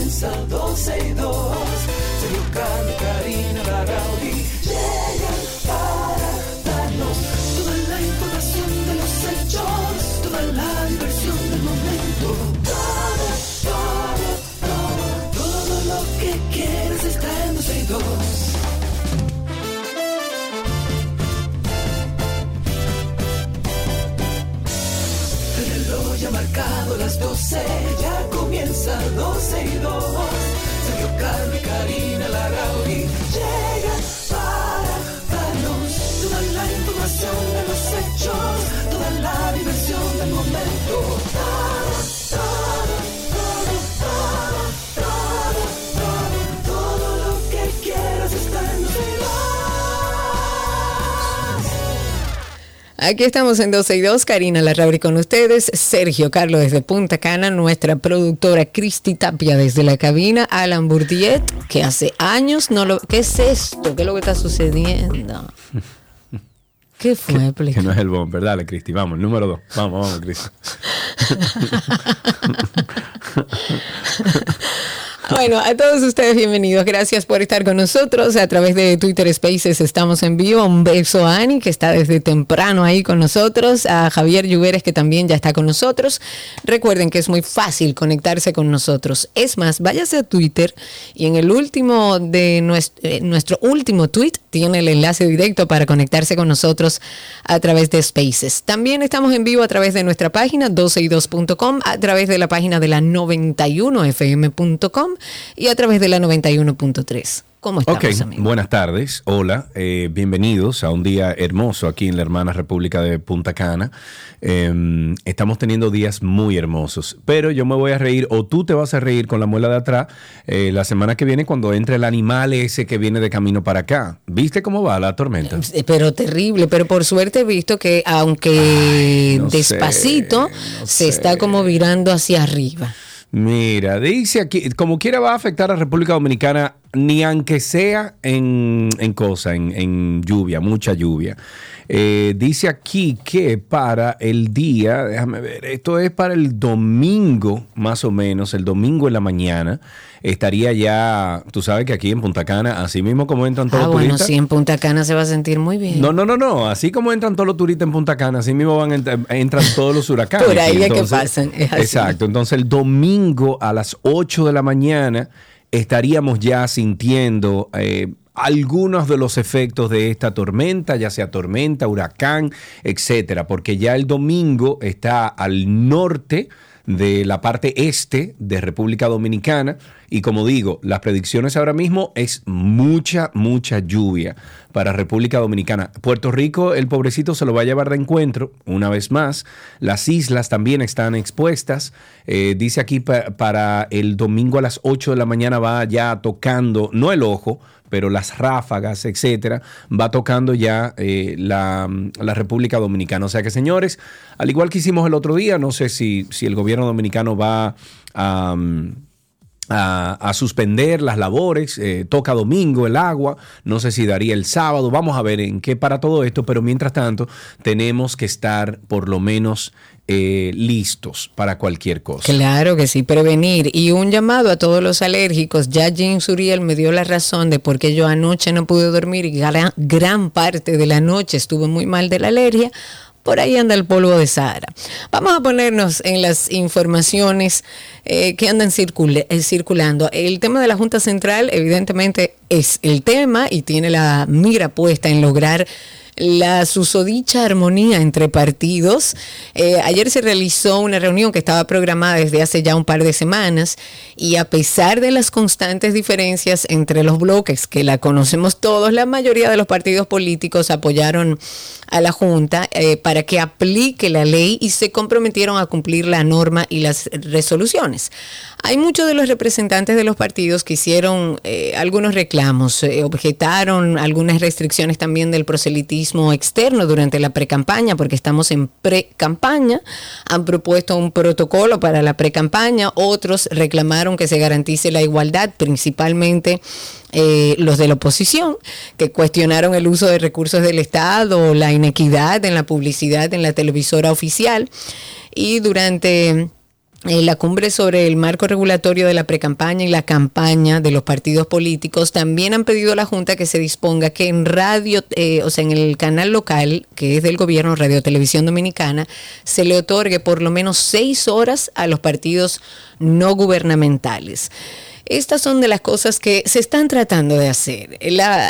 comienza 12 y 2. Sergio, Carlos, Karina, Larrauri llegan para darnos toda la información de los hechos, toda la diversión del momento. Todo lo que quieres está en 12 y 2. Ya marcado las 12, ya comienza 12 y 2. Sergio, Carlos y Karina Larrauri llegan para darnos toda la información de los hechos, toda la diversión del momento. Todo lo que quieras está en 12 y 2. Aquí estamos en 12 y 2, Karina Larrauri con ustedes, Sergio Carlos desde Punta Cana, nuestra productora Cristi Tapia desde la cabina, Alan Bourdiet, que hace años no lo... ¿Qué es esto? ¿Qué es lo que está sucediendo? ¿Qué fue? Que no es el bomber. Dale, Cristi, vamos, el número 2. Vamos, Cristi. Bueno, a todos ustedes bienvenidos. Gracias por estar con nosotros. A través de Twitter Spaces estamos en vivo. Un beso a Ani, que está desde temprano ahí con nosotros. A Javier Lluveres, que también ya está con nosotros. Recuerden que es muy fácil conectarse con nosotros. Es más, váyase a Twitter y en el último de nuestro último tweet tiene el enlace directo para conectarse con nosotros a través de Spaces. También estamos en vivo a través de nuestra página 12y2.com, a través de la página de la 91fm.com y a través de la 91.3. ¿Cómo estamos, amigos? Buenas tardes, hola, bienvenidos a un día hermoso aquí en la hermana República de Punta Cana. Estamos teniendo días muy hermosos, pero yo me voy a reír, o tú te vas a reír con la muela de atrás, la semana que viene cuando entre el animal ese que viene de camino para acá. ¿Viste cómo va la tormenta? Pero terrible, pero por suerte he visto que aunque despacito, se está como virando hacia arriba. Mira, dice aquí, como quiera va a afectar a República Dominicana, ni aunque sea en lluvia, mucha lluvia. Dice aquí que para el día, déjame ver, esto es para el domingo, más o menos, el domingo en la mañana, estaría ya, tú sabes que aquí en Punta Cana, así mismo como entran todos los turistas. Bueno, sí, en Punta Cana se va a sentir muy bien. No, así como entran todos los turistas en Punta Cana, así mismo entran todos los huracanes. Por ahí es que pasan, es así. Exacto, entonces el domingo a las 8 de la mañana estaríamos ya sintiendo algunos de los efectos de esta tormenta, ya sea tormenta, huracán, etcétera, porque ya el domingo está al norte de la parte este de República Dominicana y como digo, las predicciones ahora mismo es mucha lluvia para República Dominicana. Puerto Rico, el pobrecito se lo va a llevar de encuentro una vez más. Las islas también están expuestas. Dice aquí para el domingo a las 8 de la mañana va ya tocando, no el ojo, pero las ráfagas, etcétera, va tocando ya la República Dominicana. O sea que, señores, al igual que hicimos el otro día, no sé si el gobierno dominicano va a suspender las labores, toca domingo el agua, no sé si daría el sábado, vamos a ver en qué para todo esto, pero mientras tanto tenemos que estar por lo menos listos para cualquier cosa. Claro que sí, prevenir. Y un llamado a todos los alérgicos. Ya James Uriel me dio la razón de por qué yo anoche no pude dormir y gran parte de la noche estuve muy mal de la alergia. Por ahí anda el polvo de Sahara. Vamos a ponernos en las informaciones que andan circulando. El tema de la Junta Central evidentemente es el tema y tiene la mira puesta en lograr la susodicha armonía entre partidos. Ayer se realizó una reunión que estaba programada desde hace ya un par de semanas y a pesar de las constantes diferencias entre los bloques, que la conocemos todos, la mayoría de los partidos políticos apoyaron a la Junta para que aplique la ley y se comprometieron a cumplir la norma y las resoluciones. Hay muchos de los representantes de los partidos que hicieron algunos reclamos, objetaron algunas restricciones también del proselitismo externo durante la precampaña, porque estamos en precampaña. Han propuesto un protocolo para la precampaña, otros reclamaron que se garantice la igualdad, principalmente los de la oposición, que cuestionaron el uso de recursos del Estado, la inequidad en la publicidad en la televisora oficial. Y durante la cumbre sobre el marco regulatorio de la precampaña y la campaña de los partidos políticos, también han pedido a la Junta que se disponga que en radio, o sea, en el canal local, que es del gobierno, Radio Televisión Dominicana, se le otorgue por lo menos 6 horas a los partidos no gubernamentales. Estas son de las cosas que se están tratando de hacer.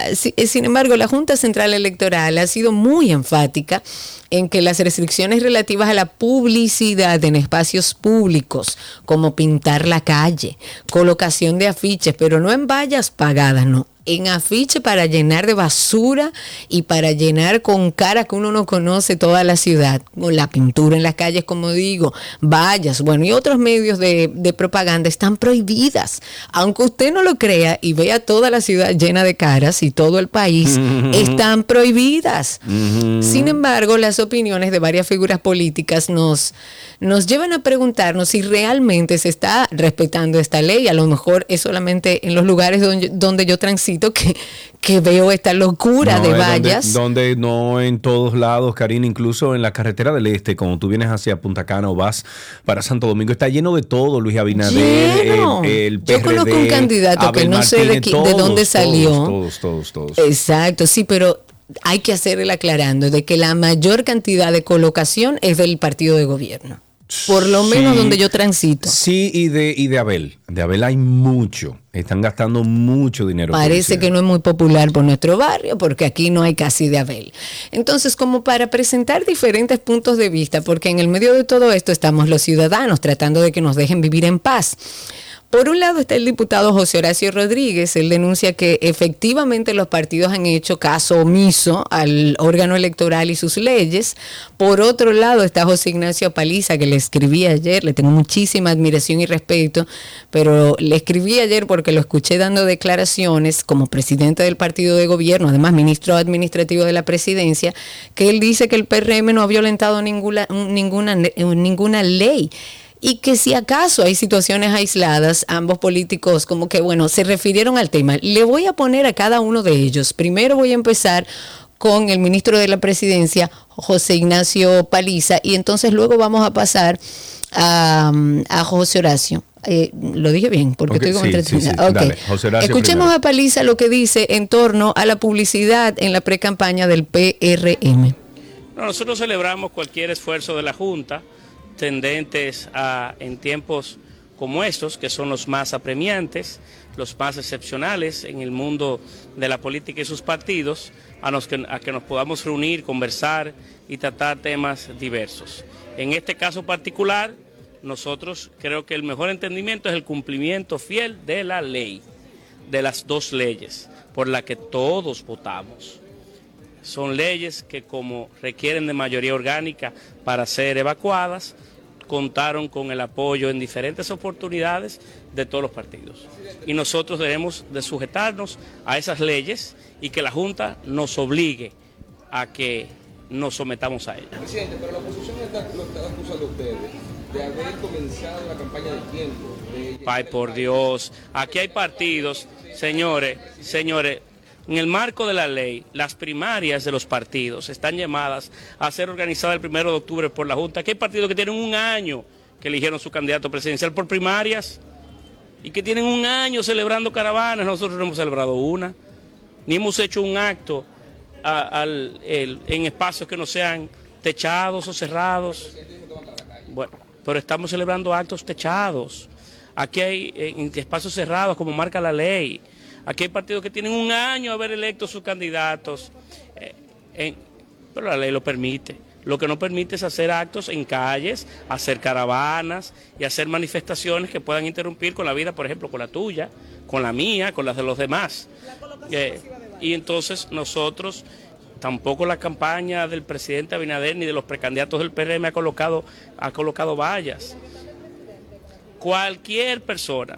Sin embargo, la Junta Central Electoral ha sido muy enfática en que las restricciones relativas a la publicidad en espacios públicos, como pintar la calle, colocación de afiches, pero no en vallas pagadas, no, en afiche para llenar de basura y para llenar con cara que uno no conoce toda la ciudad, con la pintura en las calles, como digo, vallas, bueno, y otros medios de propaganda están prohibidas. Aunque usted no lo crea y vea toda la ciudad llena de caras y todo el país, están prohibidas. Sin embargo, las opiniones de varias figuras políticas nos llevan a preguntarnos si realmente se está respetando esta ley. A lo mejor es solamente en los lugares donde yo transito que veo esta locura de vallas. Donde no en todos lados, Karina, incluso en la carretera del Este, cuando tú vienes hacia Punta Cana o vas para Santo Domingo, está lleno de todo, Luis Abinader, el PRD, yo conozco un candidato Abel que no Martínez, sé de dónde salió. Todos. Exacto, sí, pero hay que hacer el aclarando de que la mayor cantidad de colocación es del partido de gobierno. Por lo menos donde yo transito. Sí, y de Abel. De Abel hay mucho. Están gastando mucho dinero. Parece que no es muy popular por nuestro barrio, porque aquí no hay casi de Abel. Entonces, como para presentar diferentes puntos de vista, porque en el medio de todo esto estamos los ciudadanos tratando de que nos dejen vivir en paz. Por un lado está el diputado José Horacio Rodríguez. Él denuncia que efectivamente los partidos han hecho caso omiso al órgano electoral y sus leyes. Por otro lado está José Ignacio Paliza, que le escribí ayer, le tengo muchísima admiración y respeto, pero le escribí ayer porque lo escuché dando declaraciones como presidente del partido de gobierno, además ministro administrativo de la presidencia, que él dice que el PRM no ha violentado ninguna ley. Y que si acaso hay situaciones aisladas, ambos políticos como que, bueno, se refirieron al tema. Le voy a poner a cada uno de ellos. Primero voy a empezar con el ministro de la Presidencia, José Ignacio Paliza, y entonces luego vamos a pasar a José Horacio. Lo dije bien, porque estoy como entretenida. Sí. Okay. Dale, José Horacio Escuchemos primero. a Paliza lo que dice en torno a la publicidad en la precampaña del PRM. No, nosotros celebramos cualquier esfuerzo de la Junta tendentes a, en tiempos como estos, que son los más apremiantes, los más excepcionales en el mundo de la política y sus partidos, a que nos podamos reunir, conversar y tratar temas diversos. En este caso particular, nosotros creo que el mejor entendimiento es el cumplimiento fiel de la ley, de las dos leyes por las que todos votamos. Son leyes que, como requieren de mayoría orgánica para ser evacuadas, contaron con el apoyo en diferentes oportunidades de todos los partidos. Y nosotros debemos de sujetarnos a esas leyes y que la Junta nos obligue a que nos sometamos a ellas. Presidente, pero la oposición lo está acusando a ustedes de haber comenzado la campaña de tiempo. Ay, por Dios, aquí hay partidos, señores, en el marco de la ley, las primarias de los partidos están llamadas a ser organizadas el 1 de octubre por la Junta. Aquí hay partidos que tienen un año que eligieron su candidato presidencial por primarias y que tienen un año celebrando caravanas. Nosotros no hemos celebrado una, ni hemos hecho un acto en espacios que no sean techados o cerrados. Bueno, pero estamos celebrando actos techados. Aquí hay en espacios cerrados como marca la ley. Aquí hay partidos que tienen un año de haber electo sus candidatos, pero la ley lo permite. Lo que no permite es hacer actos en calles, hacer caravanas y hacer manifestaciones que puedan interrumpir con la vida, por ejemplo, con la tuya, con la mía, con las de los demás. Y entonces nosotros, tampoco la campaña del presidente Abinader ni de los precandidatos del PRM ha colocado vallas. Cualquier persona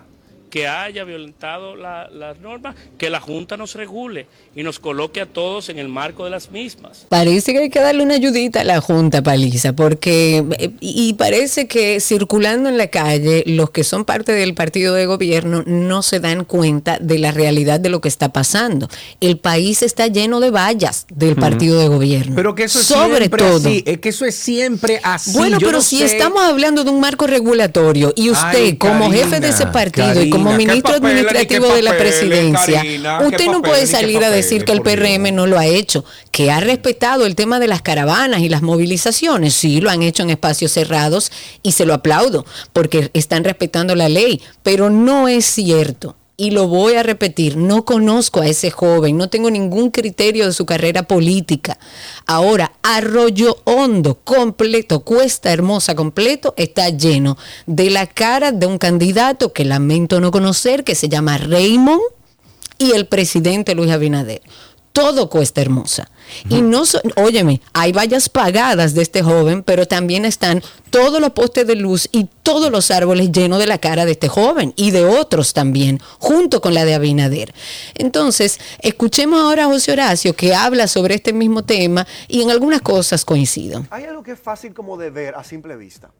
que haya violentado las normas, que la Junta nos regule y nos coloque a todos en el marco de las mismas. Parece que hay que darle una ayudita a la Junta, Paliza, porque y parece que circulando en la calle los que son parte del partido de gobierno no se dan cuenta de la realidad de lo que está pasando. El país está lleno de vallas del partido de gobierno. Pero que eso es sobre siempre todo. así, es que eso es siempre así. Bueno, Yo pero no si sé. estamos hablando de un marco regulatorio y usted Ay, como Karina, jefe de ese partido y Karina, como ¿qué ministro papeles, administrativo qué de la papeles, presidencia, Karina, qué usted no papeles, puede qué salir a papeles, decir que el por Dios? PRM no lo ha hecho, que ha respetado el tema de las caravanas y las movilizaciones. Sí, lo han hecho en espacios cerrados y se lo aplaudo porque están respetando la ley, pero no es cierto. Y lo voy a repetir, no conozco a ese joven, no tengo ningún criterio de su carrera política. Ahora, Arroyo Hondo completo, Cuesta Hermosa completo, está lleno de la cara de un candidato que lamento no conocer, que se llama Raymond, y el presidente Luis Abinader. Todo Cuesta Hermosa. Y no, óyeme, hay vallas pagadas de este joven, pero también están todos los postes de luz y todos los árboles llenos de la cara de este joven y de otros también, junto con la de Abinader. Entonces, escuchemos ahora a José Horacio, que habla sobre este mismo tema y en algunas cosas coincido. Hay algo que es fácil como de ver a simple vista.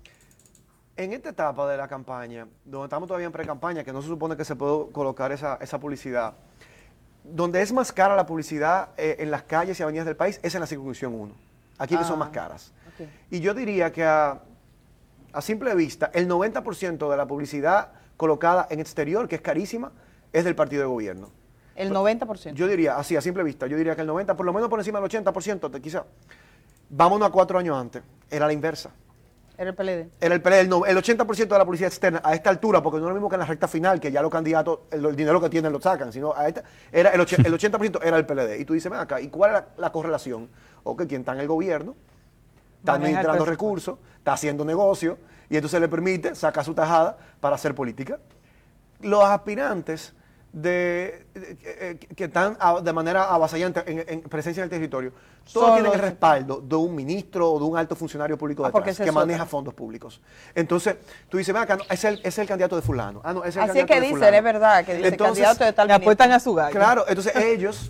En esta etapa de la campaña, donde estamos todavía en pre-campaña, que no se supone que se puede colocar esa publicidad, donde es más cara la publicidad en las calles y avenidas del país es en la circunscripción 1. Aquí que son más caras. Okay. Y yo diría que a simple vista, el 90% de la publicidad colocada en exterior, que es carísima, es del partido de gobierno. El 90%. Yo diría, así, a simple vista, yo diría que el 90%, por lo menos por encima del 80%, quizá. Vámonos a 4 años antes, era la inversa. Era el PLD. Era el 80% de la publicidad externa a esta altura, porque no es lo mismo que en la recta final, que ya los candidatos, el dinero que tienen lo sacan, sino a esta, era el 80% era el PLD. Y tú dices, ven acá, ¿y cuál es la correlación? O que quien está en el gobierno, está Maneja el administrando presupuesto. recursos, está haciendo negocio, y entonces le permite sacar su tajada para hacer política. Los aspirantes que están de manera avasallante en presencia en el territorio, todos Son tienen el los- respaldo de un ministro o de un alto funcionario público porque detrás, esa que es maneja otra. fondos públicos. Entonces, tú dices, ven acá, no, es el candidato de fulano. Ah, no, es el Así es candidato que de dicen, fulano. es verdad, que dice Entonces, candidato de tal Le apuestan ministro. a su gallo. Claro, entonces ellos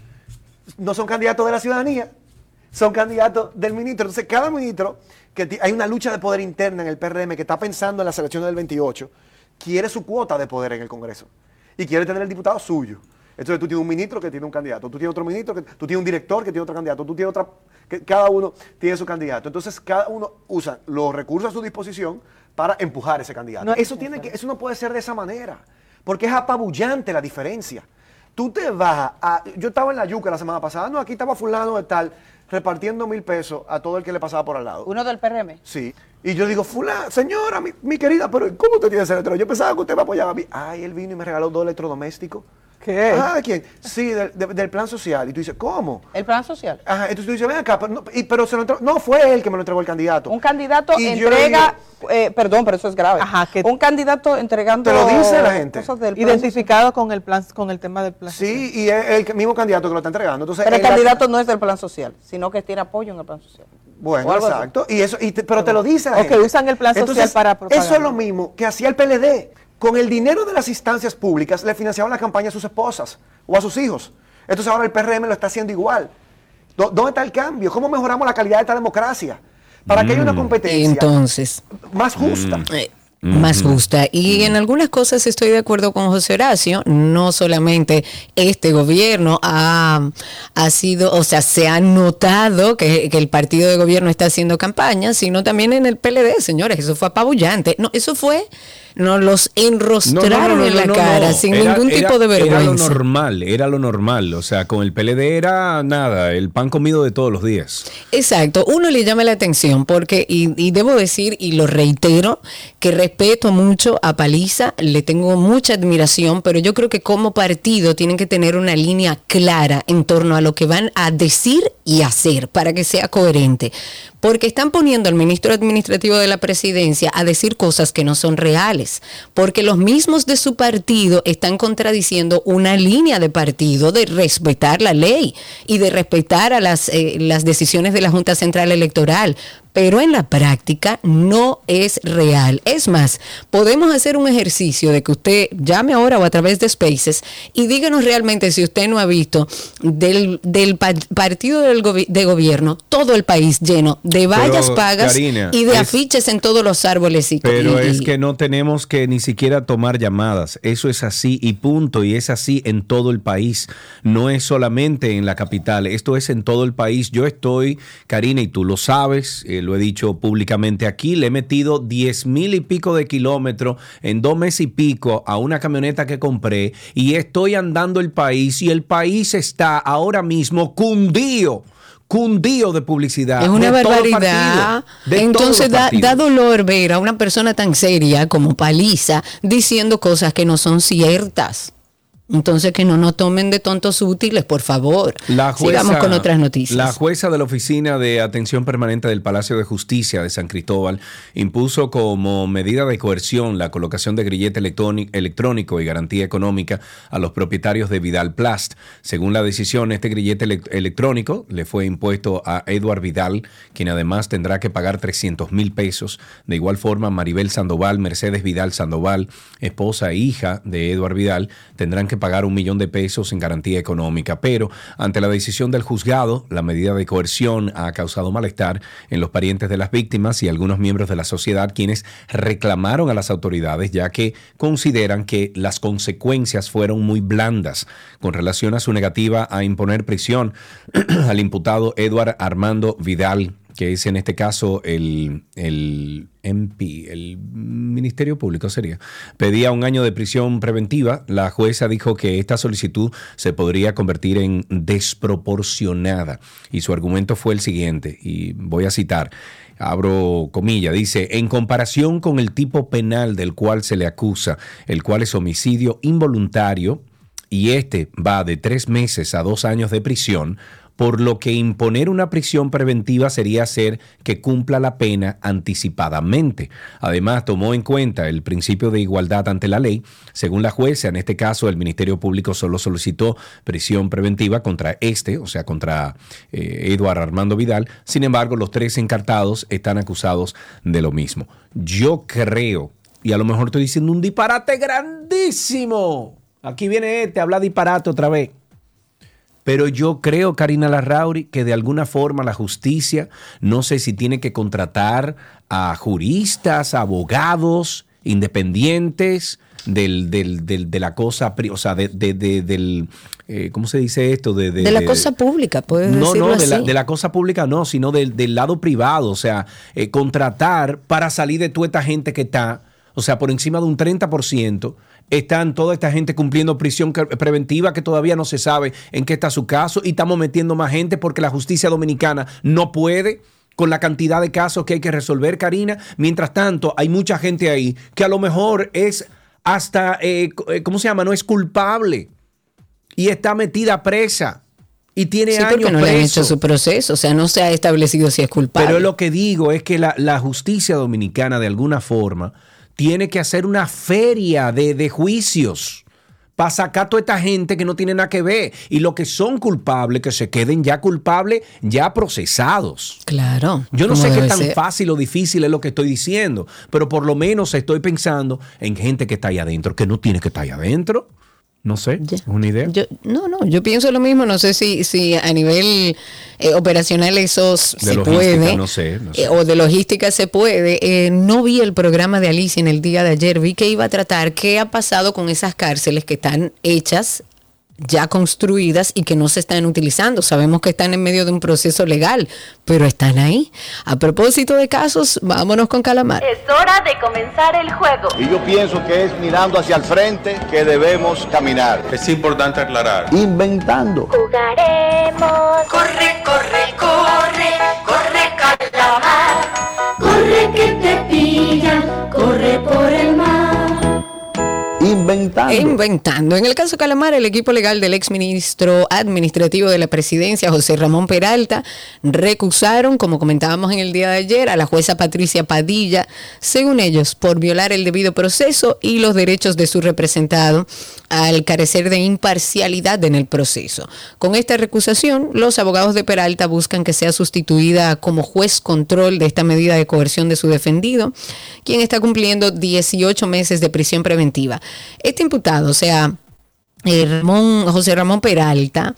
no son candidatos de la ciudadanía, son candidatos del ministro. Entonces, cada ministro, hay una lucha de poder interna en el PRM que está pensando en las elecciones del 28, quiere su cuota de poder en el Congreso y quiere tener el diputado suyo. Entonces tú tienes un ministro que tiene un candidato, tú tienes otro ministro, tú tienes un director que tiene otro candidato, tú tienes otra, que cada uno tiene su candidato. Entonces cada uno usa los recursos a su disposición para empujar ese candidato. No, eso no puede ser de esa manera, porque es apabullante la diferencia. Tú te vas yo estaba en la yuca la semana pasada, no, aquí estaba fulano de tal, repartiendo 1,000 pesos a todo el que le pasaba por al lado. Uno del PRM. Sí. Y yo digo, fulano, señora, mi querida, pero ¿cómo usted tiene ese electro? Yo pensaba que usted me apoyaba a mí. Ay, él vino y me regaló 2 electrodomésticos. ¿Qué? Ah, ¿de quién? Sí, del plan social. Y tú dices, ¿cómo? El plan social. Ajá, entonces tú dices, ven acá, pero se lo entregó. No, fue él que me lo entregó el candidato. Un candidato Y yo entrega, perdón, pero eso es grave. Ajá, que- un candidato entregando Te lo dice la gente. cosas del plan Identificado con el plan, con el tema del plan. Sí, y es el mismo candidato que lo está entregando. Entonces, Pero el en la- candidato no es del plan social, sino que tiene apoyo en el plan social. Bueno, O algo así. exacto. Y eso, pero te lo dice la Ok, gente. usan el plan social Entonces, para propaganda. eso es lo mismo que hacía el PLD. Con el dinero de las instancias públicas le financiaban la campaña a sus esposas o a sus hijos. Entonces ahora el PRM lo está haciendo igual. ¿Dónde está el cambio? ¿Cómo mejoramos la calidad de esta democracia? Para que haya una competencia Entonces, más justa. más justa. Y en algunas cosas estoy de acuerdo con José Horacio. No solamente este gobierno ha sido, o sea, se ha notado que el partido de gobierno está haciendo campaña, sino también en el PLD, señores. Eso fue apabullante. No, eso fue, nos los enrostraron en la cara sin ningún tipo de vergüenza. Era lo normal. O sea, con el PLD era nada, el pan comido de todos los días. Exacto, uno le llama la atención porque, y debo decir, y lo reitero, que respeto mucho a Paliza, le tengo mucha admiración, pero yo creo que como partido tienen que tener una línea clara en torno a lo que van a decir y hacer para que sea coherente. Porque están poniendo al ministro administrativo de la presidencia a decir cosas que no son reales, porque los mismos de su partido están contradiciendo una línea de partido de respetar la ley y de respetar a las decisiones de la Junta Central Electoral. pero en la práctica no es real. Es más, podemos hacer un ejercicio de que usted llame ahora o a través de Spaces y díganos realmente si usted no ha visto del partido de gobierno todo el país lleno de vallas pagas, Karina, y de afiches en todos los árboles. Pero es que no tenemos que ni siquiera tomar llamadas. Eso es así y punto. Y es así en todo el país. No es solamente en la capital. Esto es en todo el país. Yo estoy, Karina, y tú lo sabes, lo he dicho públicamente aquí, le he metido 10,000 y pico de kilómetros en 2 meses y pico a una camioneta que compré y estoy andando el país y el país está ahora mismo cundido de publicidad. Es una barbaridad. Entonces da dolor ver a una persona tan seria como Paliza diciendo cosas que no son ciertas. Entonces que no nos tomen de tontos útiles, por favor. Sigamos con otras noticias. La jueza de la Oficina de Atención Permanente del Palacio de Justicia de San Cristóbal impuso como medida de coerción la colocación de grillete electrónico y garantía económica a los propietarios de Vidal Plast. Según la decisión, este grillete electrónico le fue impuesto a Eduard Vidal, quien además tendrá que pagar 300,000 pesos. De igual forma, Maribel Sandoval, Mercedes Vidal Sandoval, esposa e hija de Eduard Vidal, tendrán que pagar 1 millón de pesos en garantía económica, pero ante la decisión del juzgado, la medida de coerción ha causado malestar en los parientes de las víctimas y algunos miembros de la sociedad, quienes reclamaron a las autoridades ya que consideran que las consecuencias fueron muy blandas con relación a su negativa a imponer prisión al imputado Eduard Armando Vidal, que es en este caso el MP, el Ministerio Público sería, pedía 1 año de prisión preventiva. La jueza dijo que esta solicitud se podría convertir en desproporcionada y su argumento fue el siguiente, y voy a citar, abro comillas, dice: en comparación con el tipo penal del cual se le acusa, el cual es homicidio involuntario, y este va de 3 meses a 2 años de prisión, por lo que imponer una prisión preventiva sería hacer que cumpla la pena anticipadamente. Además, tomó en cuenta el principio de igualdad ante la ley. Según la jueza, en este caso, el Ministerio Público solo solicitó prisión preventiva contra contra Eduard Armando Vidal. Sin embargo, los 3 encartados están acusados de lo mismo. Yo creo, y a lo mejor estoy diciendo un disparate grandísimo. Aquí viene habla disparate otra vez. Pero yo creo, Karina Larrauri, que de alguna forma la justicia, no sé si tiene que contratar a juristas, abogados independientes de la cosa, o sea, del ¿cómo se dice esto? De la cosa pública, puedes decirlo así. De la cosa pública no, sino del lado privado, o sea, contratar para salir de toda esta gente que está, o sea, por encima de un 30%, están toda esta gente cumpliendo prisión preventiva que todavía no se sabe en qué está su caso y estamos metiendo más gente porque la justicia dominicana no puede con la cantidad de casos que hay que resolver, Karina. Mientras tanto, hay mucha gente ahí que a lo mejor es hasta, ¿cómo se llama? No es culpable y está metida presa y tiene años porque no preso. Le han hecho su proceso, o sea, no se ha establecido si es culpable. Pero lo que digo es que la justicia dominicana de alguna forma tiene que hacer una feria de juicios para sacar a toda esta gente que no tiene nada que ver. Y los que son culpables, que se queden ya culpables, ya procesados. Claro. Yo no sé qué tan fácil o difícil es lo que estoy diciendo, pero por lo menos estoy pensando en gente que está ahí adentro, que no tiene que estar ahí adentro. No sé, ¿es una idea? Yo pienso lo mismo. No sé si a nivel operacional eso se puede. No sé. O de logística se puede. No vi el programa de Alicia en el día de ayer. Vi que iba a tratar qué ha pasado con esas cárceles que están hechas, ya construidas y que no se están utilizando. Sabemos que están en medio de un proceso legal, pero están ahí. A propósito de casos, vámonos con Calamar. Es hora de comenzar el juego. Y yo pienso que es mirando hacia el frente que debemos caminar. Es importante aclarar. Inventando. Jugaremos. Corre, corre, corre, corre, Calamar. Corre que te pillan, corre por el mar. Inventando. Inventando. En el caso Calamar, el equipo legal del exministro administrativo de la presidencia, José Ramón Peralta, recusaron, como comentábamos en el día de ayer, a la jueza Patricia Padilla, según ellos, por violar el debido proceso y los derechos de su representado al carecer de imparcialidad en el proceso. Con esta recusación, los abogados de Peralta buscan que sea sustituida como juez control de esta medida de coerción de su defendido, quien está cumpliendo 18 meses de prisión preventiva. Este imputado, o sea, José Ramón Peralta,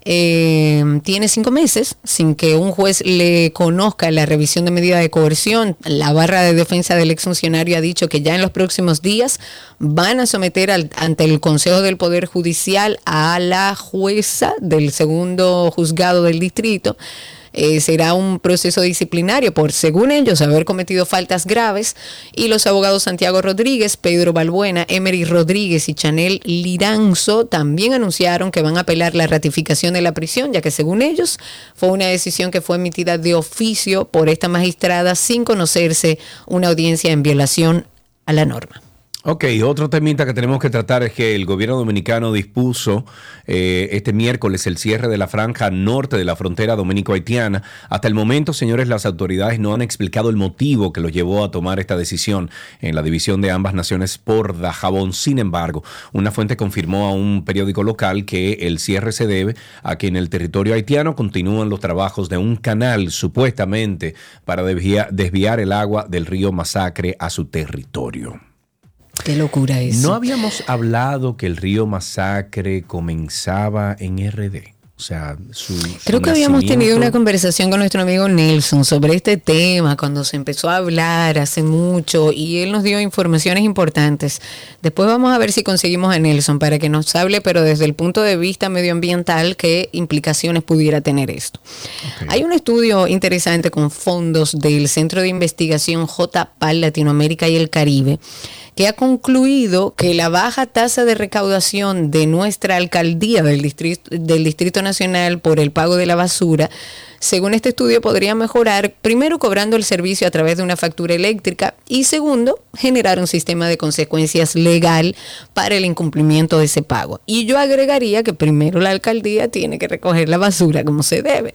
tiene 5 meses sin que un juez le conozca la revisión de medida de coerción. La barra de defensa del exfuncionario ha dicho que ya en los próximos días van a someter ante el Consejo del Poder Judicial a la jueza del segundo juzgado del distrito. Será un proceso disciplinario por, según ellos, haber cometido faltas graves, y los abogados Santiago Rodríguez, Pedro Balbuena, Emery Rodríguez y Chanel Liranzo también anunciaron que van a apelar la ratificación de la prisión, ya que según ellos fue una decisión que fue emitida de oficio por esta magistrada sin conocerse una audiencia en violación a la norma. Ok, otro temita que tenemos que tratar es que el gobierno dominicano dispuso este miércoles el cierre de la franja norte de la frontera dominico-haitiana. Hasta el momento, señores, las autoridades no han explicado el motivo que los llevó a tomar esta decisión en la división de ambas naciones por Dajabón. Sin embargo, una fuente confirmó a un periódico local que el cierre se debe a que en el territorio haitiano continúan los trabajos de un canal, supuestamente para desviar el agua del río Masacre a su territorio. Qué locura es. ¿No habíamos hablado que el río Masacre comenzaba en RD? O sea, creo que habíamos tenido una conversación con nuestro amigo Nelson sobre este tema cuando se empezó a hablar hace mucho, y él nos dio informaciones importantes. Después vamos a ver si conseguimos a Nelson para que nos hable, pero desde el punto de vista medioambiental, qué implicaciones pudiera tener esto. Okay. Hay un estudio interesante con fondos del Centro de Investigación JPAL Latinoamérica y el Caribe, que ha concluido que la baja tasa de recaudación de nuestra alcaldía del Distrito Nacional por el pago de la basura, según este estudio, podría mejorar, primero, cobrando el servicio a través de una factura eléctrica, y segundo, generar un sistema de consecuencias legal para el incumplimiento de ese pago. Y yo agregaría que primero la alcaldía tiene que recoger la basura como se debe.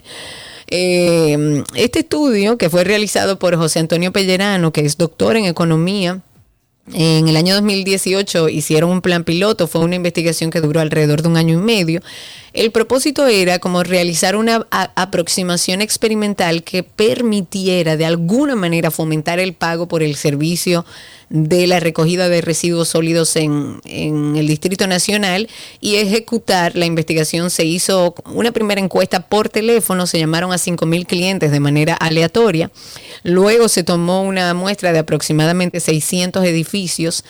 Este estudio, que fue realizado por José Antonio Pellerano, que es doctor en economía, en el año 2018 hicieron un plan piloto, fue una investigación que duró alrededor de 1 año y medio. El propósito era como realizar una aproximación experimental que permitiera de alguna manera fomentar el pago por el servicio de la recogida de residuos sólidos en el Distrito Nacional, y ejecutar la investigación. Se hizo una primera encuesta por teléfono, se llamaron a 5,000 clientes de manera aleatoria. Luego se tomó una muestra de aproximadamente 600 edificios,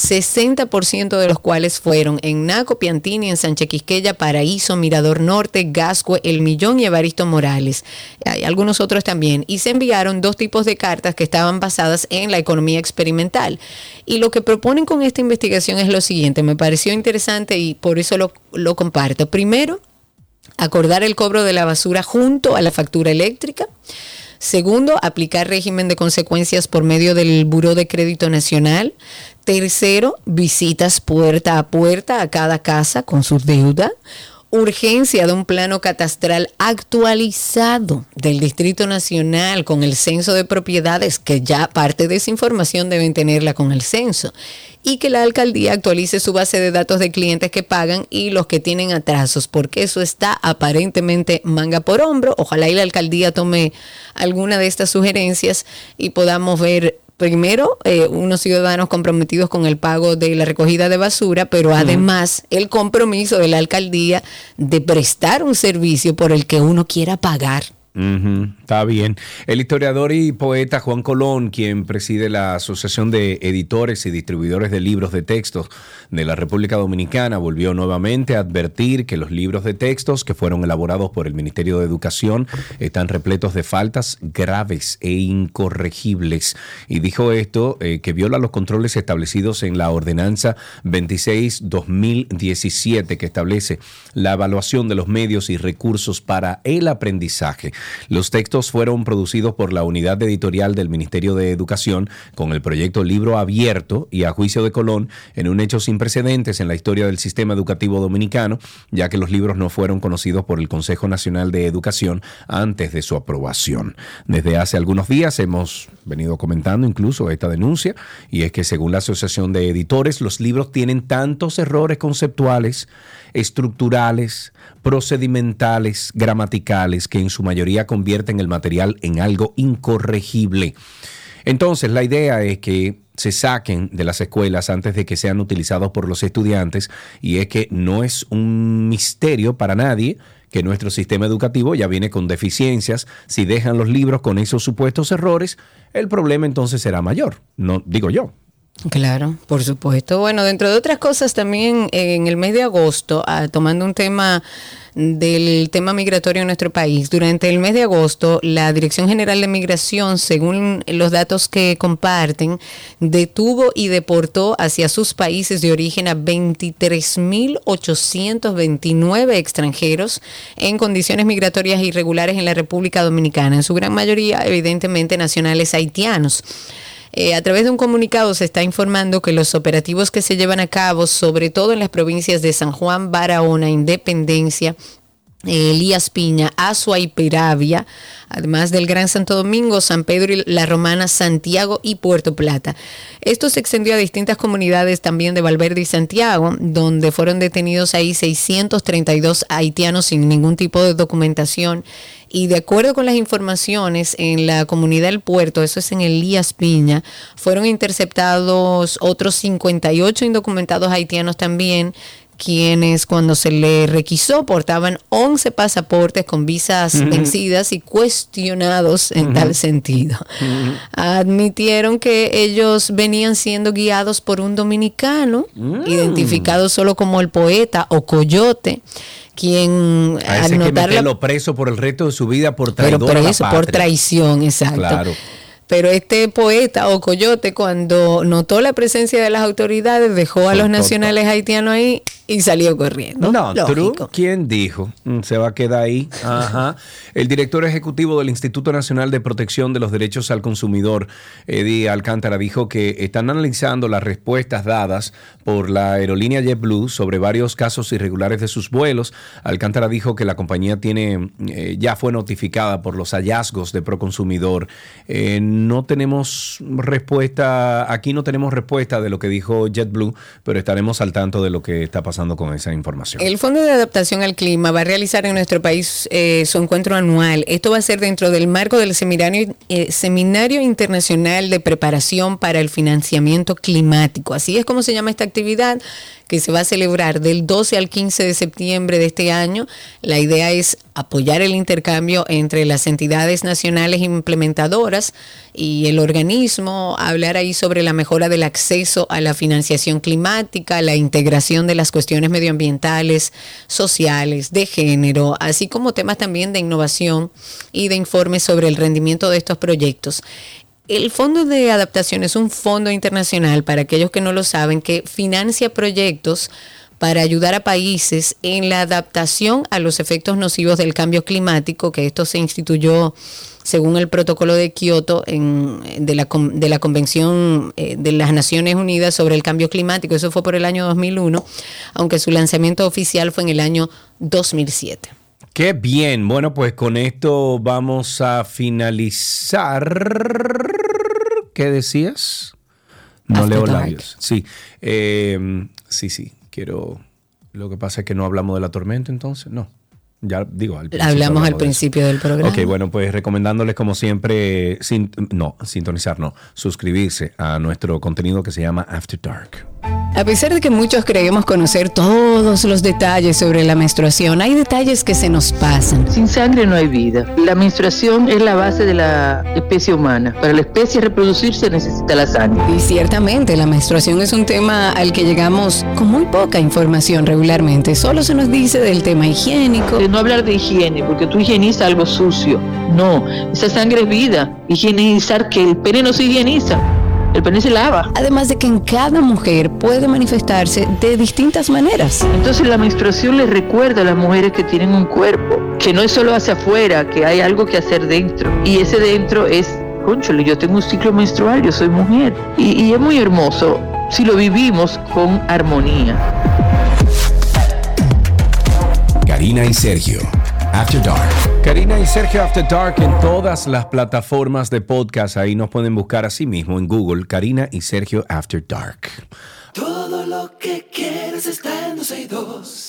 60% de los cuales fueron en Naco, Piantini, en Sánchez Quisqueya, Paraíso, Mirador Norte, Gascue, El Millón y Evaristo Morales. Hay algunos otros también. Y se enviaron 2 tipos de cartas que estaban basadas en la economía experimental. Y lo que proponen con esta investigación es lo siguiente, me pareció interesante y por eso lo comparto. Primero, acordar el cobro de la basura junto a la factura eléctrica. Segundo, aplicar régimen de consecuencias por medio del Buró de Crédito Nacional. Tercero, visitas puerta a puerta a cada casa con sus deudas. Urgencia de un plano catastral actualizado del Distrito Nacional con el censo de propiedades, que ya parte de esa información deben tenerla con el censo, y que la alcaldía actualice su base de datos de clientes que pagan y los que tienen atrasos, porque eso está aparentemente manga por hombro. Ojalá y la alcaldía tome alguna de estas sugerencias y podamos ver primero, unos ciudadanos comprometidos con el pago de la recogida de basura, pero además el compromiso de la alcaldía de prestar un servicio por el que uno quiera pagar. Está bien. El historiador y poeta Juan Colón, quien preside la Asociación de Editores y Distribuidores de Libros de Textos de la República Dominicana, volvió nuevamente a advertir que los libros de textos que fueron elaborados por el Ministerio de Educación están repletos de faltas graves e incorregibles. Y dijo esto, que viola los controles establecidos en la Ordenanza 26/2017, que establece la evaluación de los medios y recursos para el aprendizaje. Los textos fueron producidos por la unidad editorial del Ministerio de Educación con el proyecto Libro Abierto y a juicio de Colón en un hecho sin precedentes en la historia del sistema educativo dominicano, ya que los libros no fueron conocidos por el Consejo Nacional de Educación antes de su aprobación. Desde hace algunos días hemos venido comentando incluso esta denuncia, y es que según la Asociación de Editores, los libros tienen tantos errores conceptuales, estructurales, procedimentales, gramaticales, que en su mayoría convierten el material en algo incorregible. Entonces, la idea es que se saquen de las escuelas antes de que sean utilizados por los estudiantes, y es que no es un misterio para nadie que nuestro sistema educativo ya viene con deficiencias. Si dejan los libros con esos supuestos errores, el problema entonces será mayor, no digo yo. Claro, por supuesto. Bueno, dentro de otras cosas también en el mes de agosto, tomando un tema del tema migratorio en nuestro país, durante el mes de agosto, la Dirección General de Migración, según los datos que comparten, detuvo y deportó hacia sus países de origen a 23.829 extranjeros en condiciones migratorias irregulares en la República Dominicana, en su gran mayoría, evidentemente, nacionales haitianos. A través de un comunicado se está informando que los operativos que se llevan a cabo, sobre todo en las provincias de San Juan, Barahona, Independencia, Elías Piña, Azua y Peravia, además del Gran Santo Domingo, San Pedro y La Romana, Santiago y Puerto Plata. Esto se extendió a distintas comunidades también de Valverde y Santiago, donde fueron detenidos ahí 632 haitianos sin ningún tipo de documentación. Y de acuerdo con las informaciones, en la comunidad del puerto, eso es en Elías Piña, fueron interceptados otros 58 indocumentados haitianos también, quienes cuando se les requisó portaban 11 pasaportes con visas vencidas y cuestionados en tal sentido. Admitieron que ellos venían siendo guiados por un dominicano, identificado solo como el poeta o coyote, quien a ese hay que meterlo preso por el resto de su vida por traidor a la patria. Por traición, exacto. Claro. Pero este poeta o coyote, cuando notó la presencia de las autoridades, dejó a los nacionales haitianos ahí y salió corriendo. No, true. ¿Quién dijo? Se va a quedar ahí. Ajá. El director ejecutivo del Instituto Nacional de Protección de los Derechos al Consumidor, Eddie Alcántara, dijo que están analizando las respuestas dadas por la aerolínea JetBlue sobre varios casos irregulares de sus vuelos. Alcántara dijo que la compañía ya fue notificada por los hallazgos de Proconsumidor. No tenemos respuesta, aquí no tenemos respuesta de lo que dijo JetBlue, pero estaremos al tanto de lo que está pasando con esa información. El Fondo de Adaptación al Clima va a realizar en nuestro país su encuentro anual. Esto va a ser dentro del marco del Seminario Internacional de Preparación para el Financiamiento Climático. Así es como se llama esta actividad, que se va a celebrar del 12 al 15 de septiembre de este año. La idea es apoyar el intercambio entre las entidades nacionales implementadoras y el organismo, hablar ahí sobre la mejora del acceso a la financiación climática, la integración de las cuestiones medioambientales, sociales, de género, así como temas también de innovación y de informes sobre el rendimiento de estos proyectos. El Fondo de Adaptación es un fondo internacional, para aquellos que no lo saben, que financia proyectos para ayudar a países en la adaptación a los efectos nocivos del cambio climático, que esto se instituyó según el protocolo de Kioto de la Convención de las Naciones Unidas sobre el Cambio Climático. Eso fue por el año 2001, aunque su lanzamiento oficial fue en el año 2007. Qué bien. Bueno, pues con esto vamos a finalizar. ¿Qué decías? No leo labios. Sí. Sí. Quiero. Lo que pasa es que no hablamos de la tormenta, entonces. No. Ya digo, hablamos al principio del programa. Ok, bueno, pues recomendándoles como siempre, suscribirse a nuestro contenido que se llama After Dark. A pesar de que muchos creemos conocer todos los detalles sobre la menstruación, hay detalles que se nos pasan. Sin sangre no hay vida. La menstruación es la base de la especie humana. Para la especie reproducirse necesita la sangre. Y ciertamente la menstruación es un tema al que llegamos con muy poca información regularmente. Solo se nos dice del tema higiénico. De no hablar de higiene, porque tú higienizas algo sucio. No, esa sangre es vida. Higienizar que el pene no se higieniza. El pene se lava. Además de que en cada mujer puede manifestarse de distintas maneras. Entonces la menstruación les recuerda a las mujeres que tienen un cuerpo, que no es solo hacia afuera, que hay algo que hacer dentro. Y ese dentro es, cónchale, yo tengo un ciclo menstrual, yo soy mujer. Y es muy hermoso si lo vivimos con armonía. Karina y Sergio, After Dark. Karina y Sergio After Dark en todas las plataformas de podcast. Ahí nos pueden buscar así mismo en Google, Karina y Sergio After Dark. Todo lo que quieres está en 262.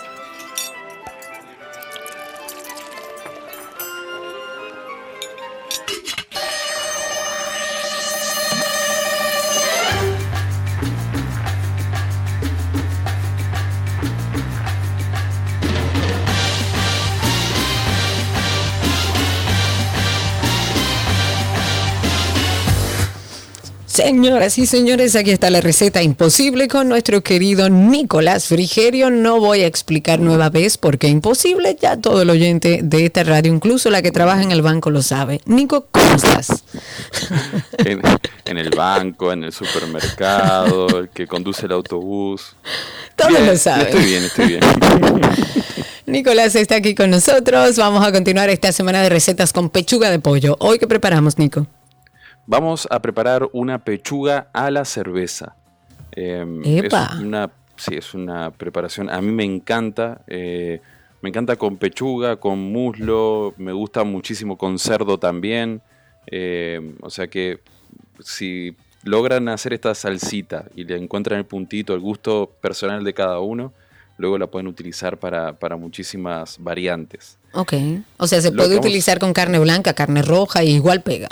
Señoras y señores, aquí está la receta imposible con nuestro querido Nicolás Frigerio. No voy a explicar nueva vez por qué imposible, ya todo el oyente de esta radio, incluso la que trabaja en el banco, lo sabe. Nico, ¿cómo estás? En el banco, en el supermercado, el que conduce el autobús. Todos lo saben. Estoy bien. Nicolás está aquí con nosotros. Vamos a continuar esta semana de recetas con pechuga de pollo. ¿Hoy qué preparamos, Nico? Vamos a preparar una pechuga a la cerveza. ¡Epa! Es una preparación, a mí me encanta. Me encanta con pechuga, con muslo, me gusta muchísimo con cerdo también. O sea que si logran hacer esta salsita y le encuentran el puntito, el gusto personal de cada uno, luego la pueden utilizar para muchísimas variantes. Ok. O sea, se puede utilizar con carne blanca, carne roja y igual pega.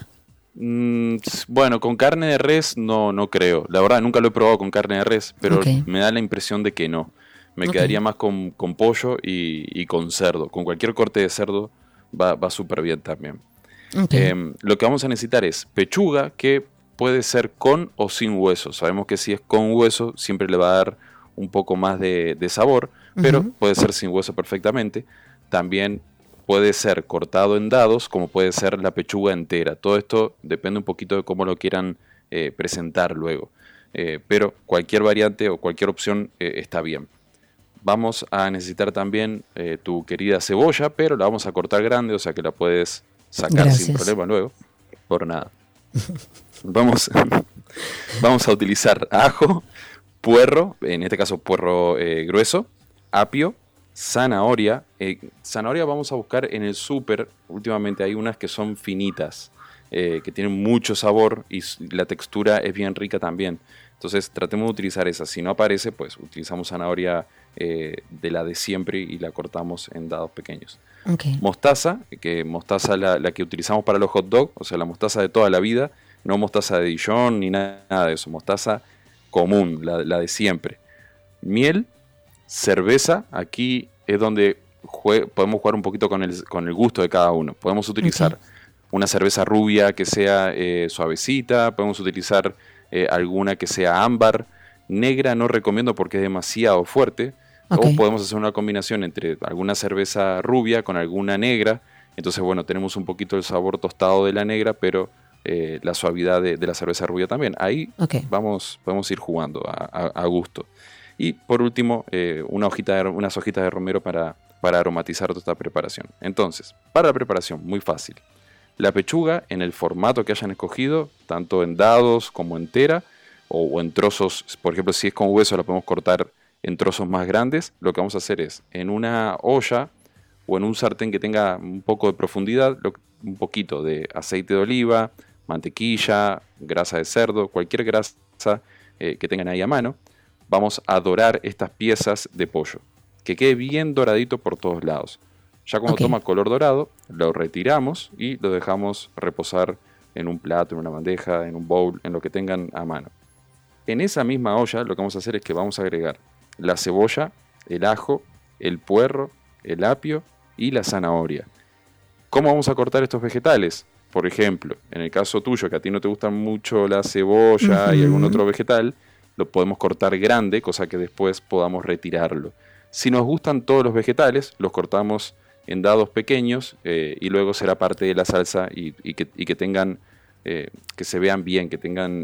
Bueno, con carne de res no creo. La verdad, nunca lo he probado con carne de res, pero me da la impresión de que no. Me quedaría más con pollo y con cerdo. Con cualquier corte de cerdo va súper bien también. Lo que vamos a necesitar es pechuga, que puede ser con o sin hueso. Sabemos que si es con hueso siempre le va a dar un poco más de sabor, pero puede ser sin hueso perfectamente. También puede ser cortado en dados, como puede ser la pechuga entera. Todo esto depende un poquito de cómo lo quieran presentar luego. Pero cualquier variante o cualquier opción está bien. Vamos a necesitar también tu querida cebolla, pero la vamos a cortar grande, o sea que la puedes sacar sin problema luego. Por nada. Vamos a utilizar ajo, puerro, en este caso puerro grueso, apio, zanahoria. Zanahoria vamos a buscar en el súper. Últimamente hay unas que son finitas, que tienen mucho sabor y la textura es bien rica también. Entonces tratemos de utilizar esa. Si no aparece, pues utilizamos zanahoria de la de siempre y la cortamos en dados pequeños. Mostaza, mostaza la que utilizamos para los hot dogs, o sea, la mostaza de toda la vida, no mostaza de Dijon ni nada de eso. Mostaza común, la de siempre. Miel, cerveza, aquí es donde podemos jugar un poquito con el gusto de cada uno. Podemos utilizar una cerveza rubia que sea suavecita, podemos utilizar alguna que sea ámbar. Negra no recomiendo porque es demasiado fuerte. O podemos hacer una combinación entre alguna cerveza rubia con alguna negra. Entonces, bueno, tenemos un poquito el sabor tostado de la negra, pero la suavidad de la cerveza rubia también. Ahí podemos ir jugando a gusto. Y por último, unas hojitas de romero para aromatizar toda esta preparación. Entonces, para la preparación, muy fácil. La pechuga en el formato que hayan escogido, tanto en dados como entera, o en trozos. Por ejemplo, si es con hueso, la podemos cortar en trozos más grandes. Lo que vamos a hacer es, en una olla o en un sartén que tenga un poco de profundidad, un poquito de aceite de oliva, mantequilla, grasa de cerdo, cualquier grasa que tengan ahí a mano. Vamos a dorar estas piezas de pollo, que quede bien doradito por todos lados. Ya cuando toma color dorado, lo retiramos y lo dejamos reposar en un plato, en una bandeja, en un bowl, en lo que tengan a mano. En esa misma olla lo que vamos a hacer es que vamos a agregar la cebolla, el ajo, el puerro, el apio y la zanahoria. ¿Cómo vamos a cortar estos vegetales? Por ejemplo, en el caso tuyo, que a ti no te gusta mucho la cebolla y algún otro vegetal, lo podemos cortar grande, cosa que después podamos retirarlo. Si nos gustan todos los vegetales, los cortamos en dados pequeños y luego será parte de la salsa y que tengan que se vean bien, que tengan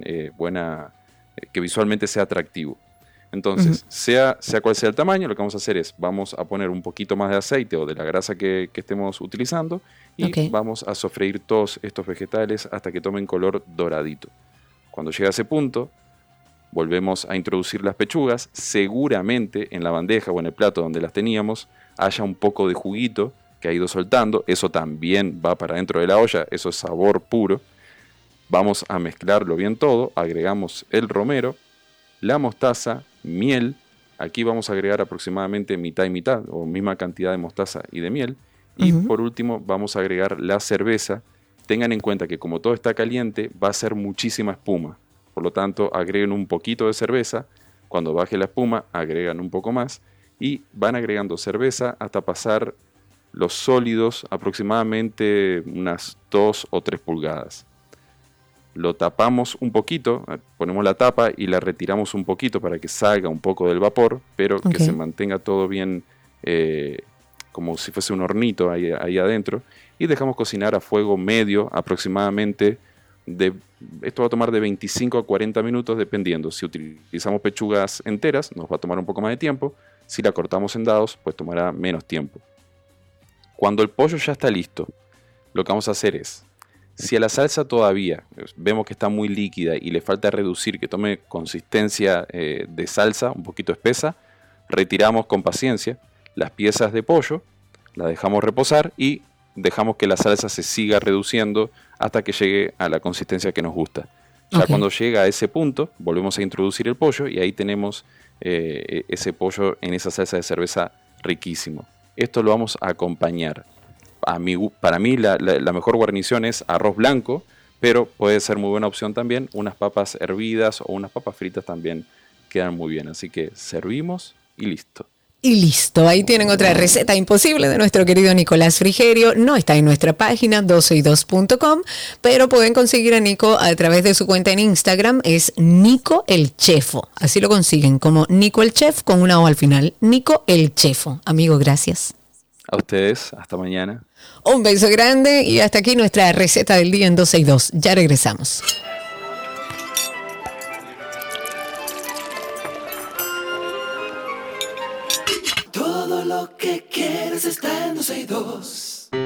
que visualmente sea atractivo. Entonces, sea cual sea el tamaño, lo que vamos a hacer es, vamos a poner un poquito más de aceite o de la grasa que estemos utilizando y vamos a sofreír todos estos vegetales hasta que tomen color doradito. Cuando llegue a ese punto, volvemos a introducir las pechugas. Seguramente en la bandeja o en el plato donde las teníamos haya un poco de juguito que ha ido soltando. Eso también va para dentro de la olla, eso es sabor puro. Vamos a mezclarlo bien todo, agregamos el romero, la mostaza, miel. Aquí vamos a agregar aproximadamente mitad y mitad, o misma cantidad de mostaza y de miel. Y por último vamos a agregar la cerveza. Tengan en cuenta que como todo está caliente, va a ser muchísima espuma. Por lo tanto, agreguen un poquito de cerveza. Cuando baje la espuma, agregan un poco más. Y van agregando cerveza hasta pasar los sólidos aproximadamente unas 2 o 3 pulgadas. Lo tapamos un poquito, ponemos la tapa y la retiramos un poquito para que salga un poco del vapor, pero que se mantenga todo bien, como si fuese un hornito ahí adentro, y dejamos cocinar a fuego medio aproximadamente. Esto va a tomar de 25 a 40 minutos dependiendo. Si utilizamos pechugas enteras nos va a tomar un poco más de tiempo. Si la cortamos en dados pues tomará menos tiempo. Cuando el pollo ya está listo, lo que vamos a hacer es, si a la salsa todavía vemos que está muy líquida y le falta reducir, que tome consistencia de salsa un poquito espesa, retiramos con paciencia las piezas de pollo, las dejamos reposar y dejamos que la salsa se siga reduciendo hasta que llegue a la consistencia que nos gusta. Ya cuando llega a ese punto, volvemos a introducir el pollo y ahí tenemos ese pollo en esa salsa de cerveza riquísimo. Esto lo vamos a acompañar. Para mí la mejor guarnición es arroz blanco, pero puede ser muy buena opción también unas papas hervidas o unas papas fritas también quedan muy bien. Así que servimos y listo. Y listo, ahí tienen otra receta imposible de nuestro querido Nicolás Frigerio. No está en nuestra página 12y2.com, pero pueden conseguir a Nico a través de su cuenta en Instagram, es Nico el Chefo. Así lo consiguen, como Nico el Chef con una O al final. Nico el Chefo. Amigo, gracias. A ustedes, hasta mañana. Un beso grande y hasta aquí nuestra receta del día en 12y2. Ya regresamos. Todo lo que quieres está en 12y2.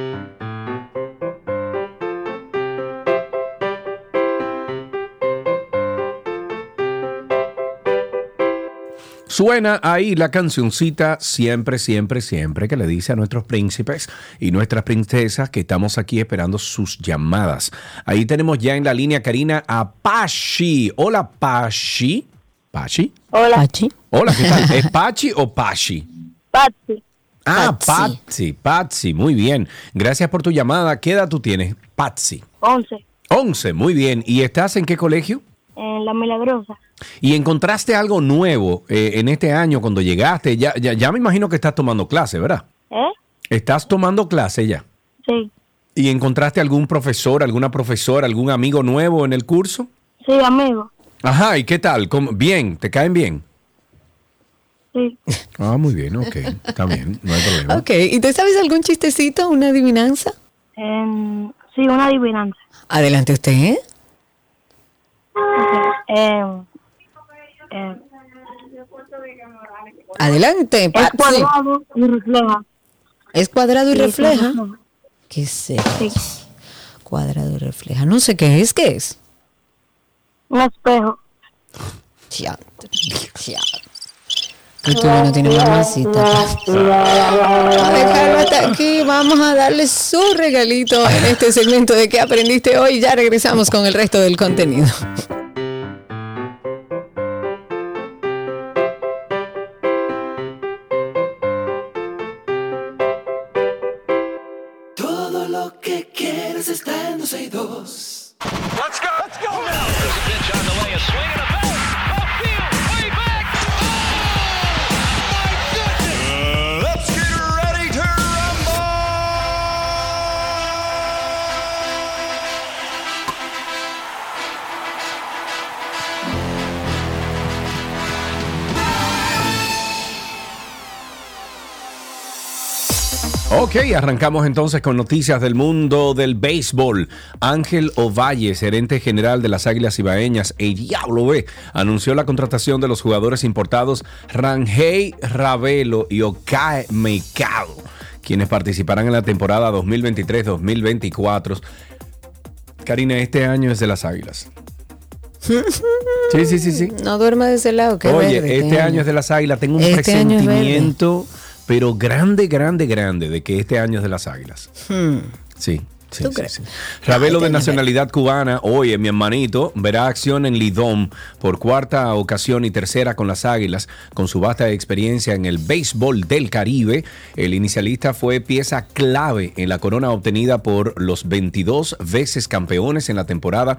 Suena ahí la cancioncita siempre, siempre, siempre que le dice a nuestros príncipes y nuestras princesas que estamos aquí esperando sus llamadas. Ahí tenemos ya en la línea, Karina, a Pachi. Hola, Pachi. ¿Pachi? Hola. Pachi. Hola, ¿qué tal? ¿Es Pachi o Pachi? Patsy. Ah, Patsy, muy bien. Gracias por tu llamada. ¿Qué edad tú tienes, Patsy? 11. 11, muy bien. ¿Y estás en qué colegio? En La Milagrosa. ¿Y encontraste algo nuevo en este año cuando llegaste? Ya me imagino que estás tomando clase, ¿verdad? ¿Estás tomando clase ya? Sí. ¿Y encontraste algún profesor, alguna profesora, algún amigo nuevo en el curso? Sí, amigo. Ajá, ¿y qué tal? ¿Bien? ¿Te caen bien? Sí. Ah, muy bien, ok. Está bien, no hay problema. Ok, ¿y te sabes algún chistecito, una adivinanza? Sí, una adivinanza. Adelante usted, ¿eh? Adelante, Patsy. Es cuadrado y refleja. ¿Es cuadrado y Sí, refleja? refleja. ¿Qué es eso? Sí. Cuadrado y refleja. No sé qué es. ¿Qué es? Un espejo. Tú no tienes mamacita. Vamos a dejarlo hasta aquí. Vamos a darle su regalito en este segmento de ¿Qué aprendiste hoy? Ya regresamos con el resto del contenido. Todo lo que quieres está en 12y2. Let's go. Let's go now. There's a pitch on the way, a swing and a bounce. Upfield, way back. Oh, my goodness. Let's get ready to rumble. Ok, arrancamos entonces con noticias del mundo del béisbol. Ángel Ovalle, gerente general de las Águilas Ibaeñas, el Diablo B, anunció la contratación de los jugadores importados Rangel Ravelo y Okae Mercado, quienes participarán en la temporada 2023-2024. Karina, este año es de las Águilas. Sí. No duerma de ese lado. Oye, verde, este año es de las Águilas. Tengo un presentimiento, pero grande, de que este año es de las Águilas. Sí. ¿Tú crees? Ravelo, de nacionalidad cubana, oye, mi hermanito, verá acción en Lidom por cuarta ocasión y tercera con las Águilas. Con su vasta experiencia en el béisbol del Caribe, el inicialista fue pieza clave en la corona obtenida por los 22 veces campeones en la temporada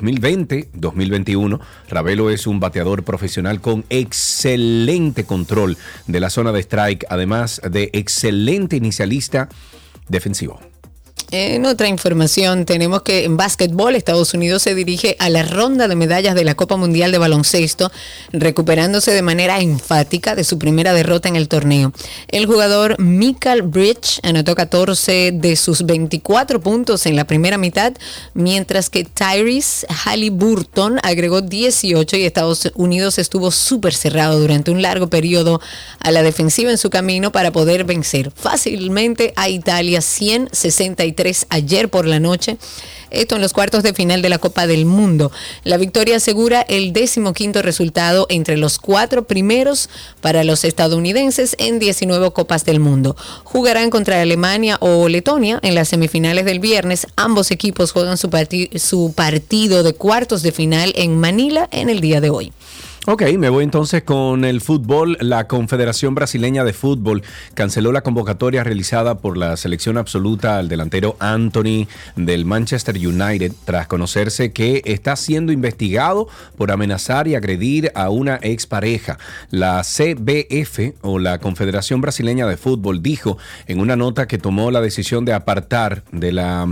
2020-2021. Ravelo es un bateador profesional con excelente control de la zona de strike, además de excelente inicialista defensivo. En otra información, tenemos que en básquetbol Estados Unidos se dirige a la ronda de medallas de la Copa Mundial de Baloncesto, recuperándose de manera enfática de su primera derrota en el torneo. El jugador Michael Bridges anotó 14 de sus 24 puntos en la primera mitad, mientras que Tyrese Haliburton agregó 18 y Estados Unidos estuvo súper cerrado durante un largo periodo a la defensiva en su camino para poder vencer fácilmente a Italia 163 ayer por la noche. Esto en los cuartos de final de la Copa del Mundo. La victoria asegura el 15º resultado entre los 4 primeros para los estadounidenses en 19 Copas del Mundo. Jugarán contra Alemania o Letonia en las semifinales del viernes. Ambos equipos juegan su partido de cuartos de final en Manila en el día de hoy. Ok, me voy entonces con el fútbol. La Confederación Brasileña de Fútbol canceló la convocatoria realizada por la selección absoluta al delantero Anthony del Manchester United tras conocerse que está siendo investigado por amenazar y agredir a una expareja. La CBF, o la Confederación Brasileña de Fútbol, dijo en una nota que tomó la decisión de apartar de la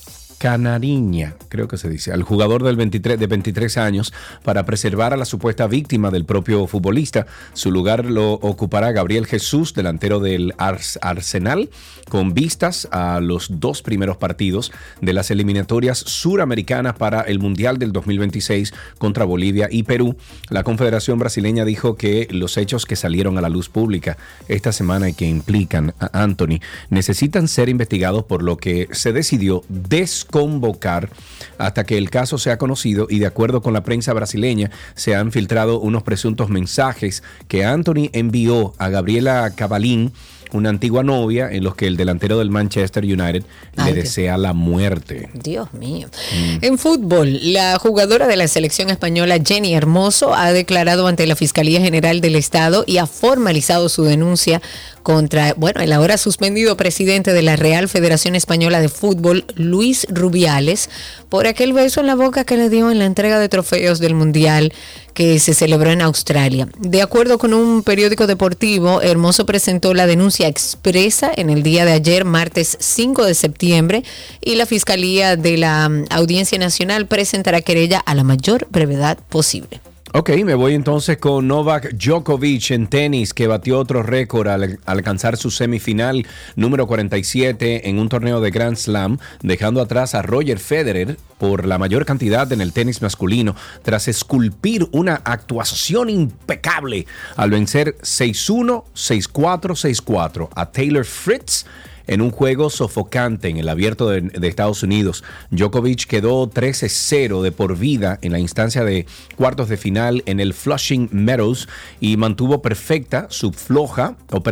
Canariña, creo que se dice, al jugador de 23 años para preservar a la supuesta víctima del propio futbolista. Su lugar lo ocupará Gabriel Jesús, delantero del Arsenal, con vistas a los 2 primeros partidos de las eliminatorias suramericanas para el Mundial del 2026 contra Bolivia y Perú. La Confederación Brasileña dijo que los hechos que salieron a la luz pública esta semana y que implican a Anthony necesitan ser investigados, por lo que se decidió desconvocar hasta que el caso sea conocido, y de acuerdo con la prensa brasileña se han filtrado unos presuntos mensajes que Anthony envió a Gabriela Cavalín, una antigua novia, en los que el delantero del Manchester United le desea la muerte. Dios mío. En fútbol, la jugadora de la selección española Jenny Hermoso ha declarado ante la Fiscalía General del Estado y ha formalizado su denuncia contra, el ahora suspendido presidente de la Real Federación Española de Fútbol, Luis Rubiales, por aquel beso en la boca que le dio en la entrega de trofeos del Mundial que se celebró en Australia. De acuerdo con un periódico deportivo, Hermoso presentó la denuncia expresa en el día de ayer, martes 5 de septiembre, y la Fiscalía de la Audiencia Nacional presentará querella a la mayor brevedad posible. Ok, me voy entonces con Novak Djokovic en tenis, que batió otro récord al alcanzar su semifinal número 47 en un torneo de Grand Slam, dejando atrás a Roger Federer por la mayor cantidad en el tenis masculino, tras esculpir una actuación impecable al vencer 6-1, 6-4, 6-4 a Taylor Fritz en un juego sofocante en el Abierto de Estados Unidos. Djokovic quedó 13-0 de por vida en la instancia de cuartos de final en el Flushing Meadows y mantuvo perfecta su foja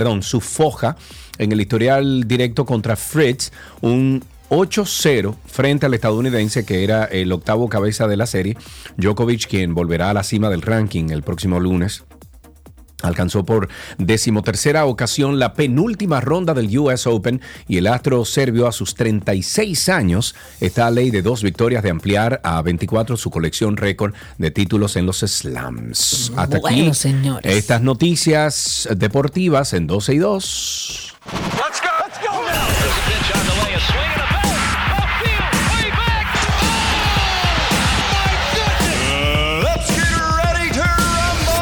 en el historial directo contra Fritz, un 8-0 frente al estadounidense, que era el octavo cabeza de la serie. Djokovic, quien volverá a la cima del ranking el próximo lunes, alcanzó por 13ª ocasión la penúltima ronda del US Open, y el astro serbio, a sus 36 años, está a ley de 2 victorias de ampliar a 24 su colección récord de títulos en los slams. Hasta aquí, señores, estas noticias deportivas en 12 y 2. Let's go! Let's go now! There's a pitch on the way, a swing and a bat. Up field, way back. Oh, my goodness! Let's get ready to rumble!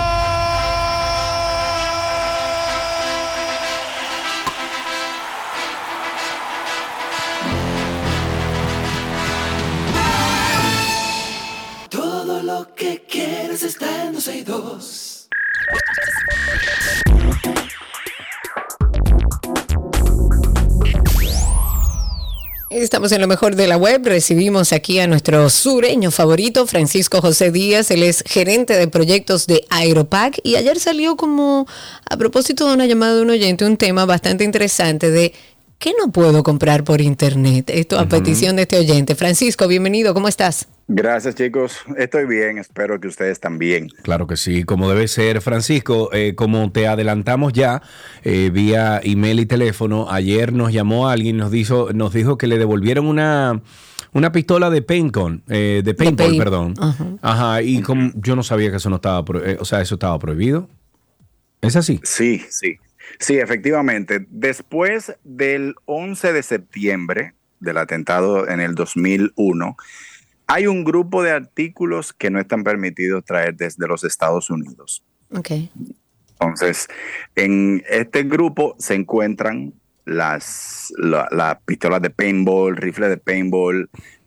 Todo lo que quieres está en 12 y 2. Estamos en lo mejor de la web. Recibimos aquí a nuestro sureño favorito, Francisco José Díaz. Él es gerente de proyectos de Aeropack. Y ayer salió como, a propósito de una llamada de un oyente, un tema bastante interesante de ¿qué no puedo comprar por internet? Esto a petición de este oyente. Francisco, bienvenido. ¿Cómo estás? Gracias, chicos. Estoy bien. Espero que ustedes también. Claro que sí, como debe ser. Francisco, como te adelantamos ya vía email y teléfono, ayer nos llamó alguien, nos dijo que le devolvieron una pistola de paintball, perdón. Ajá, y como yo no sabía que eso no estaba, eso estaba prohibido. ¿Es así? Sí, sí. Sí, efectivamente. Después del 11 de septiembre del atentado en el 2001, hay un grupo de artículos que no están permitidos traer desde los Estados Unidos. Okay. Entonces, en este grupo se encuentran las pistolas de paintball, rifles de paintball,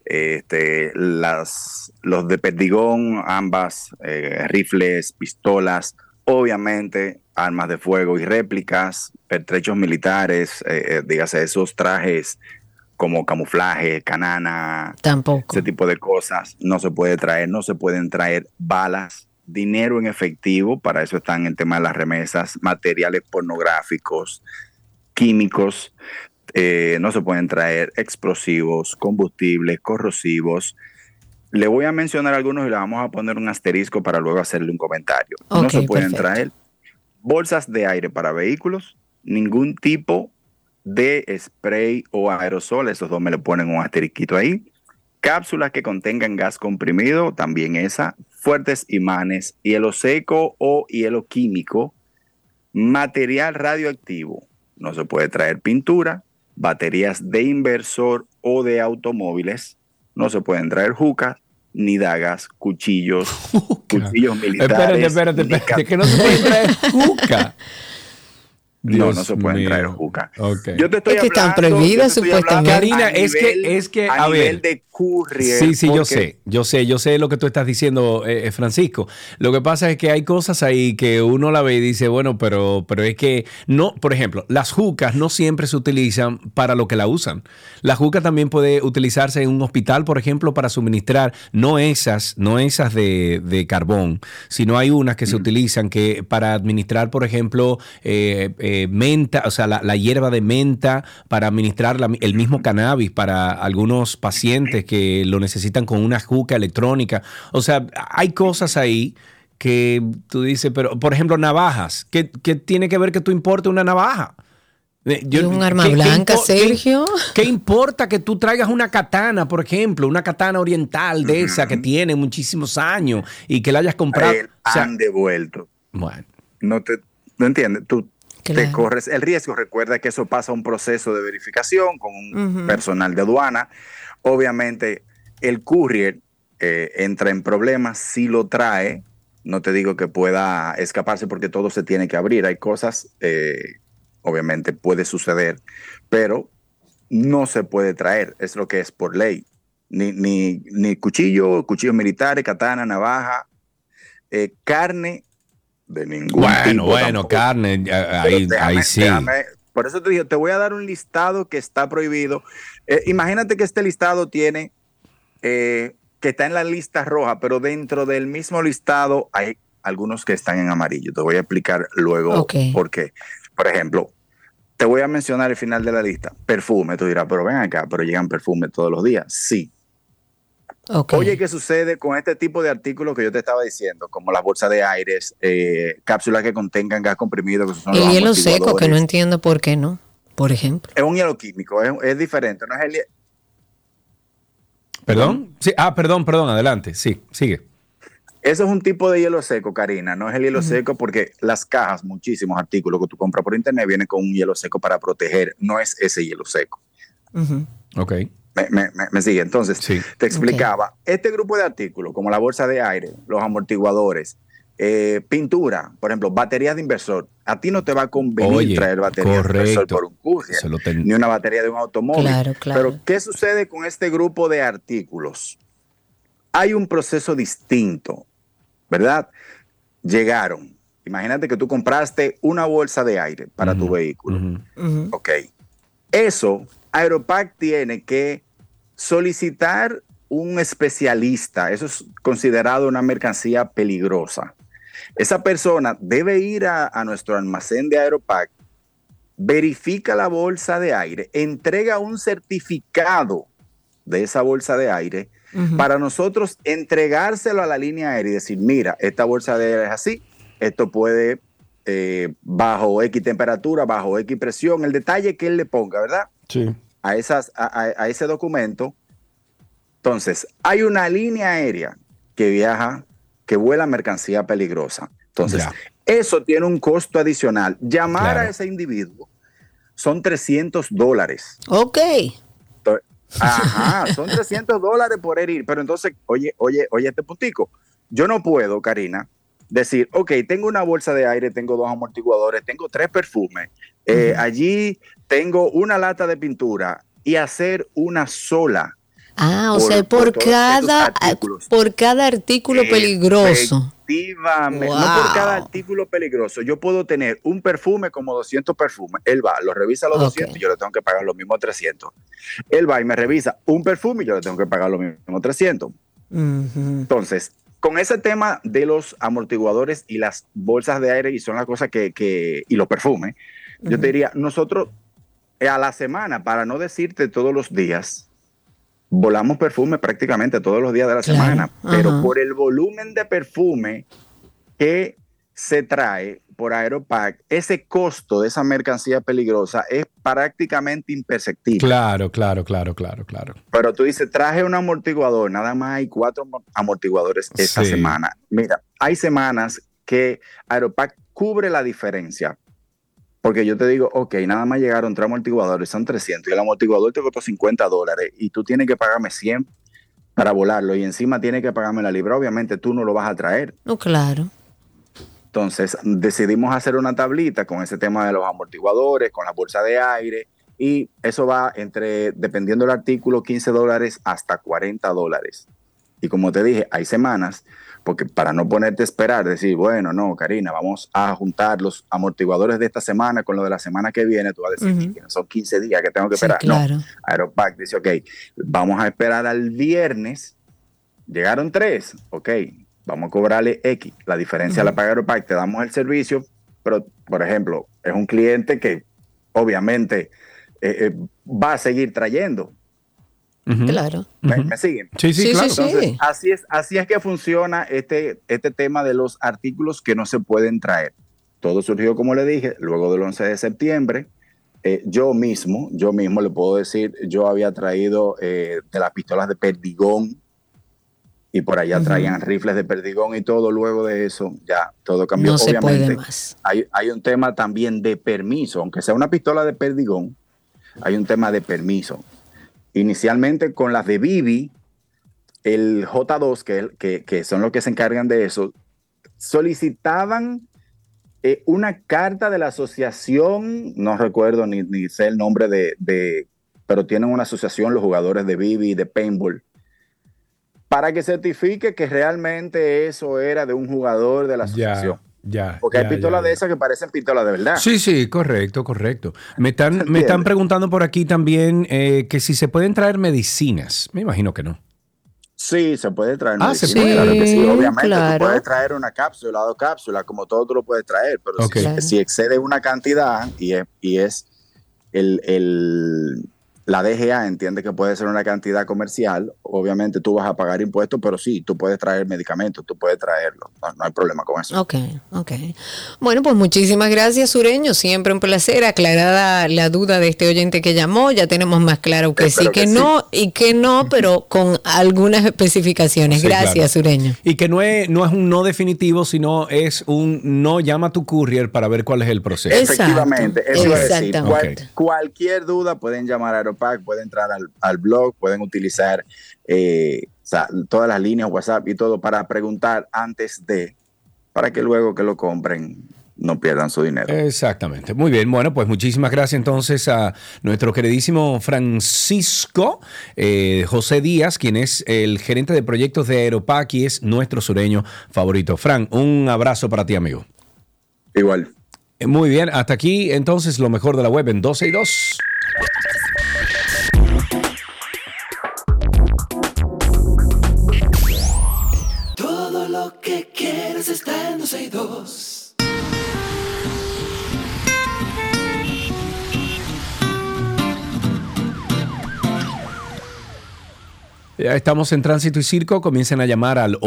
los de perdigón, ambas, rifles, pistolas, obviamente armas de fuego y réplicas, pertrechos militares, dígase esos trajes como camuflaje, canana, tampoco. Ese tipo de cosas no se puede traer, no se pueden traer balas, dinero en efectivo, para eso están el tema de las remesas, materiales pornográficos, químicos, no se pueden traer explosivos, combustibles, corrosivos. Le voy a mencionar algunos y le vamos a poner un asterisco para luego hacerle un comentario. Okay, no se pueden perfecto. traer bolsas de aire para vehículos, ningún tipo de spray o aerosol, esos dos me le ponen un asterisquito ahí. Cápsulas que contengan gas comprimido, también esa. Fuertes imanes, hielo seco o hielo químico. Material radioactivo, no se puede traer pintura. Baterías de inversor o de automóviles, no se pueden traer jucas, ni dagas, cuchillos, cuchillos militares. Espérate, que no se puede traer juca. No se pueden traer juca. Okay. Yo te estoy Es que están hablando, prohibidas yo te estoy supuestamente. hablando Karina, a es que, a nivel ver. de courier. Sí, yo sé lo que tú estás diciendo, Francisco. Lo que pasa es que hay cosas ahí que uno la ve y dice, bueno, pero es que no, por ejemplo, las jucas no siempre se utilizan para lo que la usan. La juca también puede utilizarse en un hospital, por ejemplo, para suministrar, no esas de carbón, sino hay unas que se utilizan que para administrar, por ejemplo, menta, o sea, la hierba de menta, para administrar el mismo cannabis para algunos pacientes que lo necesitan con una juca electrónica. O sea, hay cosas ahí que tú dices, pero por ejemplo, navajas. ¿Qué tiene que ver que tú importes una navaja? ¿Y un arma blanca, Sergio? ¿Qué importa que tú traigas una katana, por ejemplo, una katana oriental de esa que tiene muchísimos años y que la hayas comprado? Han devuelto. Bueno. No entiendes. Tú te corres el riesgo. Recuerda que eso pasa un proceso de verificación con un personal de aduana. Obviamente, el courier entra en problemas si lo trae. No te digo que pueda escaparse porque todo se tiene que abrir. Hay cosas, obviamente puede suceder, pero no se puede traer. Es lo que es por ley. Ni cuchillos militares, katana, navaja, carne de ningún tipo. Bueno, tampoco. carne, ahí sí. Por eso te digo, te voy a dar un listado que está prohibido. Imagínate que este listado tiene, que está en la lista roja, pero dentro del mismo listado hay algunos que están en amarillo. Te voy a explicar luego por qué. Por ejemplo, te voy a mencionar el final de la lista. Perfume. Tú dirás, pero ven acá, pero llegan perfumes todos los días. Sí. Oye, ¿qué sucede con este tipo de artículos que yo te estaba diciendo? Como las bolsas de aires, cápsulas que contengan gas comprimido. Que son el hielo seco, que no entiendo por qué no, por ejemplo. Es un hielo químico, es diferente. No es el ¿Perdón? Sí, perdón, adelante. Sí, sigue. Eso es un tipo de hielo seco, Karina. No es el hielo seco porque las cajas, muchísimos artículos que tú compras por internet vienen con un hielo seco para proteger. No es ese hielo seco. Ok. Me sigue. Entonces, te explicaba. Este grupo de artículos, como la bolsa de aire, los amortiguadores, pintura, por ejemplo, baterías de inversor. A ti no te va a convenir traer baterías de inversor por un courier, ni una batería de un automóvil. Claro. Pero, ¿qué sucede con este grupo de artículos? hay un proceso distinto, ¿verdad? Llegaron. Imagínate que tú compraste una bolsa de aire para tu vehículo. Ok. Eso, Aeropack tiene que solicitar un especialista. Eso es considerado una mercancía peligrosa. Esa persona debe ir a nuestro almacén de Aeropack, verifica la bolsa de aire, entrega un certificado de esa bolsa de aire para nosotros entregárselo a la línea aérea y decir, mira, esta bolsa de aire es así, esto puede bajo X temperatura, bajo X presión, el detalle que él le ponga, ¿verdad? Sí. A ese documento. Entonces, hay una línea aérea que viaja, que vuela mercancía peligrosa. Entonces, eso tiene un costo adicional. Llamar a ese individuo son $300. Ok. Ajá, son $300 por herir. Pero entonces, oye, este puntico. Yo no puedo, Karina, decir, ok, tengo una bolsa de aire, tengo 2 amortiguadores, tengo 3 perfumes, allí tengo una lata de pintura y hacer una sola. O sea, por cada artículo peligroso. Efectivamente, no por cada artículo peligroso. Yo puedo tener un perfume como 200 perfumes. Él va, lo revisa los 200 y yo le tengo que pagar los mismos 300. Él va y me revisa un perfume y yo le tengo que pagar los mismos 300. Entonces, con ese tema de los amortiguadores y las bolsas de aire, y son las cosas y los perfumes, yo te diría, nosotros a la semana, para no decirte todos los días, volamos perfume prácticamente todos los días de la semana, pero por el volumen de perfume que se trae por Aeropack, ese costo de esa mercancía peligrosa es prácticamente imperceptible. Claro. Pero tú dices, traje un amortiguador, nada más hay 4 amortiguadores esta semana. Mira, hay semanas que Aeropack cubre la diferencia. Porque yo te digo, ok, nada más llegaron 3 amortiguadores, son 300, y el amortiguador te costó $50, y tú tienes que pagarme 100 para volarlo, y encima tienes que pagarme la libra. Obviamente tú no lo vas a traer. No, claro. Entonces decidimos hacer una tablita con ese tema de los amortiguadores, con la bolsa de aire, y eso va dependiendo del artículo, $15 hasta $40. Y como te dije, hay semanas, porque para no ponerte a esperar, decir, bueno, no, Karina, vamos a juntar los amortiguadores de esta semana con lo de la semana que viene, tú vas a decir, que son 15 días que tengo que esperar. Claro. No, Aeropack dice, ok, vamos a esperar al viernes, llegaron 3, ok, vamos a cobrarle X, la diferencia la paga Aeropack, te damos el servicio, pero, por ejemplo, es un cliente que obviamente va a seguir trayendo. Claro. ¿Me siguen? Sí, claro. Entonces, así es que funciona este tema de los artículos que no se pueden traer. Todo surgió, como le dije, luego del 11 de septiembre. Yo mismo le puedo decir, yo había traído de las pistolas de perdigón, y por allá traían rifles de perdigón y todo. Luego de eso ya todo cambió. No Obviamente, se puede más. Hay un tema también de permiso, aunque sea una pistola de perdigón, hay un tema de permiso. Inicialmente con las de Bibi, el J2, que son los que se encargan de eso, solicitaban una carta de la asociación, no recuerdo ni sé el nombre pero tienen una asociación los jugadores de Bibi y de paintball, para que certifique que realmente eso era de un jugador de la asociación. Porque hay pistolas de esas que parecen pistolas de verdad. Sí, correcto. Me están preguntando por aquí también que si se pueden traer medicinas. Me imagino que no. Sí, se puede traer medicinas. Sí, claro que sí. Obviamente tú puedes traer una cápsula, 2 cápsulas, como todo tú lo puedes traer, pero si excede una cantidad y es la DGA entiende que puede ser una cantidad comercial, obviamente tú vas a pagar impuestos, pero sí, tú puedes traer medicamentos, tú puedes traerlo, no hay problema con eso. Ok. Bueno, pues muchísimas gracias, Sureño, siempre un placer. Aclarada la duda de este oyente que llamó, ya tenemos más claro que sí, que no, y que no, pero con algunas especificaciones. Gracias, claro. Sureño. Y que no es un no definitivo, sino es un no, llama a tu courier para ver cuál es el proceso. Efectivamente, eso iba a decir. Cualquier duda pueden llamar a Aeropack, pueden entrar al blog, pueden utilizar todas las líneas WhatsApp y todo para preguntar antes para que luego que lo compren no pierdan su dinero. Exactamente. Muy bien. Bueno, pues muchísimas gracias entonces a nuestro queridísimo Francisco José Díaz, quien es el gerente de proyectos de Aeropac y es nuestro sureño favorito. Fran, un abrazo para ti, amigo. Igual. Muy bien. Hasta aquí entonces lo mejor de la web en 12 y 2. Todo lo que quieres está en 12 y 2. Ya estamos en Tránsito y Circo. Comiencen a llamar al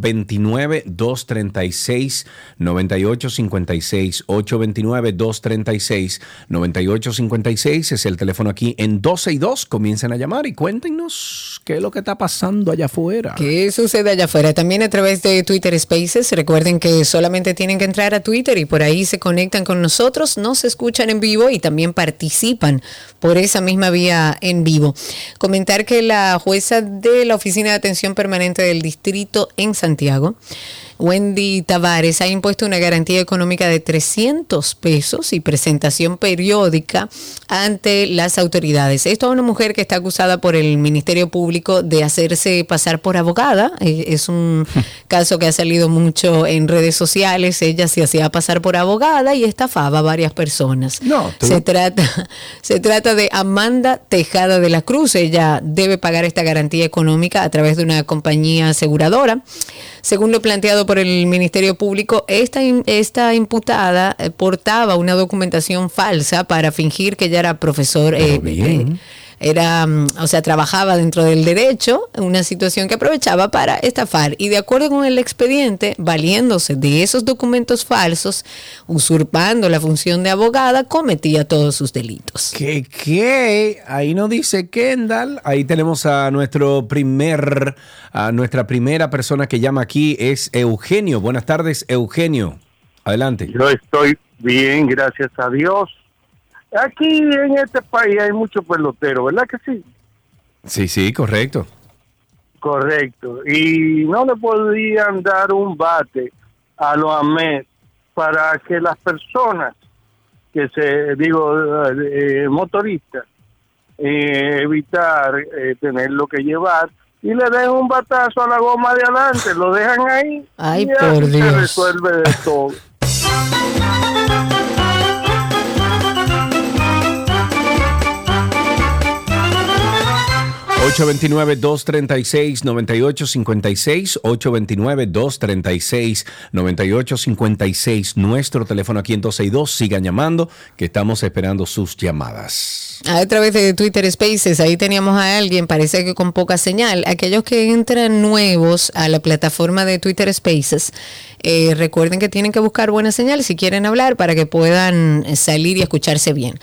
829-236-9856. 829-236-9856 es el teléfono aquí en 12 y 2. Comiencen a llamar y cuéntenos qué es lo que está pasando allá afuera. ¿Qué sucede allá afuera? También a través de Twitter Spaces. Recuerden que solamente tienen que entrar a Twitter y por ahí se conectan con nosotros, nos escuchan en vivo y también participan por esa misma vía en vivo. Comentar que la jueza de la Oficina de Atención Permanente del Distrito en Santiago, Wendy Tavares, ha impuesto una garantía económica de $300 y presentación periódica ante las autoridades. Esto a una mujer que está acusada por el Ministerio Público de hacerse pasar por abogada. Es un caso que ha salido mucho en redes sociales. Ella se hacía pasar por abogada y estafaba a varias personas. Se trata de Amanda Tejada de la Cruz. Ella debe pagar esta garantía económica a través de una compañía aseguradora. Según lo planteado por el Ministerio Público, esta imputada portaba una documentación falsa para fingir que ella era profesor, trabajaba dentro del derecho, una situación que aprovechaba para estafar. Y de acuerdo con el expediente, valiéndose de esos documentos falsos, usurpando la función de abogada, cometía todos sus delitos. ¿Qué? Ahí nos dice Kendall. Ahí tenemos a nuestra primera persona que llama aquí, es Eugenio. Buenas tardes, Eugenio. Adelante. Yo estoy bien, gracias a Dios. Aquí en este país hay muchos peloteros, ¿verdad que sí? Sí, correcto. Correcto. Y no le podían dar un bate a los AMED para que las personas motoristas, evitar tenerlo que llevar y le den un batazo a la goma de adelante, lo dejan ahí. Ay, y por se Dios. resuelve de todo. 829-236-9856, 829-236-9856, nuestro teléfono aquí en 262. Sigan llamando, que estamos esperando sus llamadas. A través de Twitter Spaces, ahí teníamos a alguien, parece que con poca señal. Aquellos que entran nuevos a la plataforma de Twitter Spaces, recuerden que tienen que buscar buena señal si quieren hablar para que puedan salir y escucharse bien.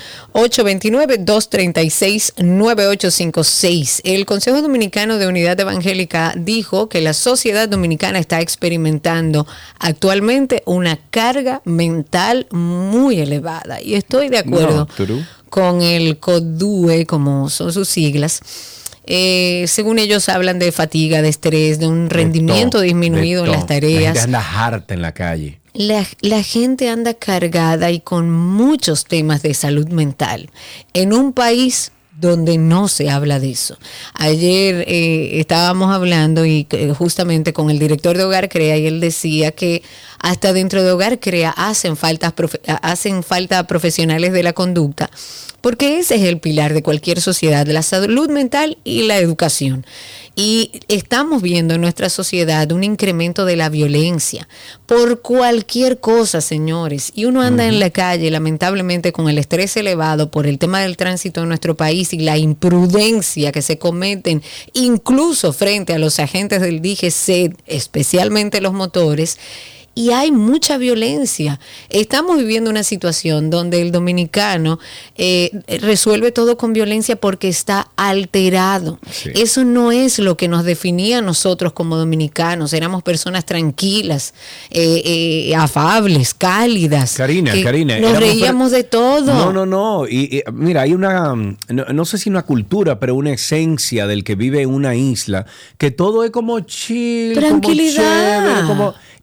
829-236-9856. El Consejo Dominicano de Unidad Evangélica dijo que la sociedad dominicana está experimentando actualmente una carga mental muy elevada. Y estoy de acuerdo con el CODUE, como son sus siglas. Según ellos hablan de fatiga, de estrés, de un rendimiento disminuido en las tareas. La gente anda harta en la calle. La gente anda cargada y con muchos temas de salud mental en un país donde no se habla de eso. Ayer estábamos hablando y justamente con el director de Hogar Crea, y él decía que hasta dentro de Hogar Crea hacen falta profesionales de la conducta, porque ese es el pilar de cualquier sociedad, la salud mental y la educación. Y estamos viendo en nuestra sociedad un incremento de la violencia por cualquier cosa, señores. Y uno anda en la calle, lamentablemente, con el estrés elevado por el tema del tránsito en nuestro país y la imprudencia que se cometen, incluso frente a los agentes del DGC, especialmente los motores. Y hay mucha violencia. Estamos viviendo una situación donde el dominicano resuelve todo con violencia porque está alterado. Sí. Eso no es lo que nos definía a nosotros como dominicanos. Éramos personas tranquilas, afables, cálidas. Karina. Nos reíamos de todo. No. Y mira, hay una, no sé si una cultura, pero una esencia del que vive en una isla, que todo es como chill, tranquilidad. Como chévere,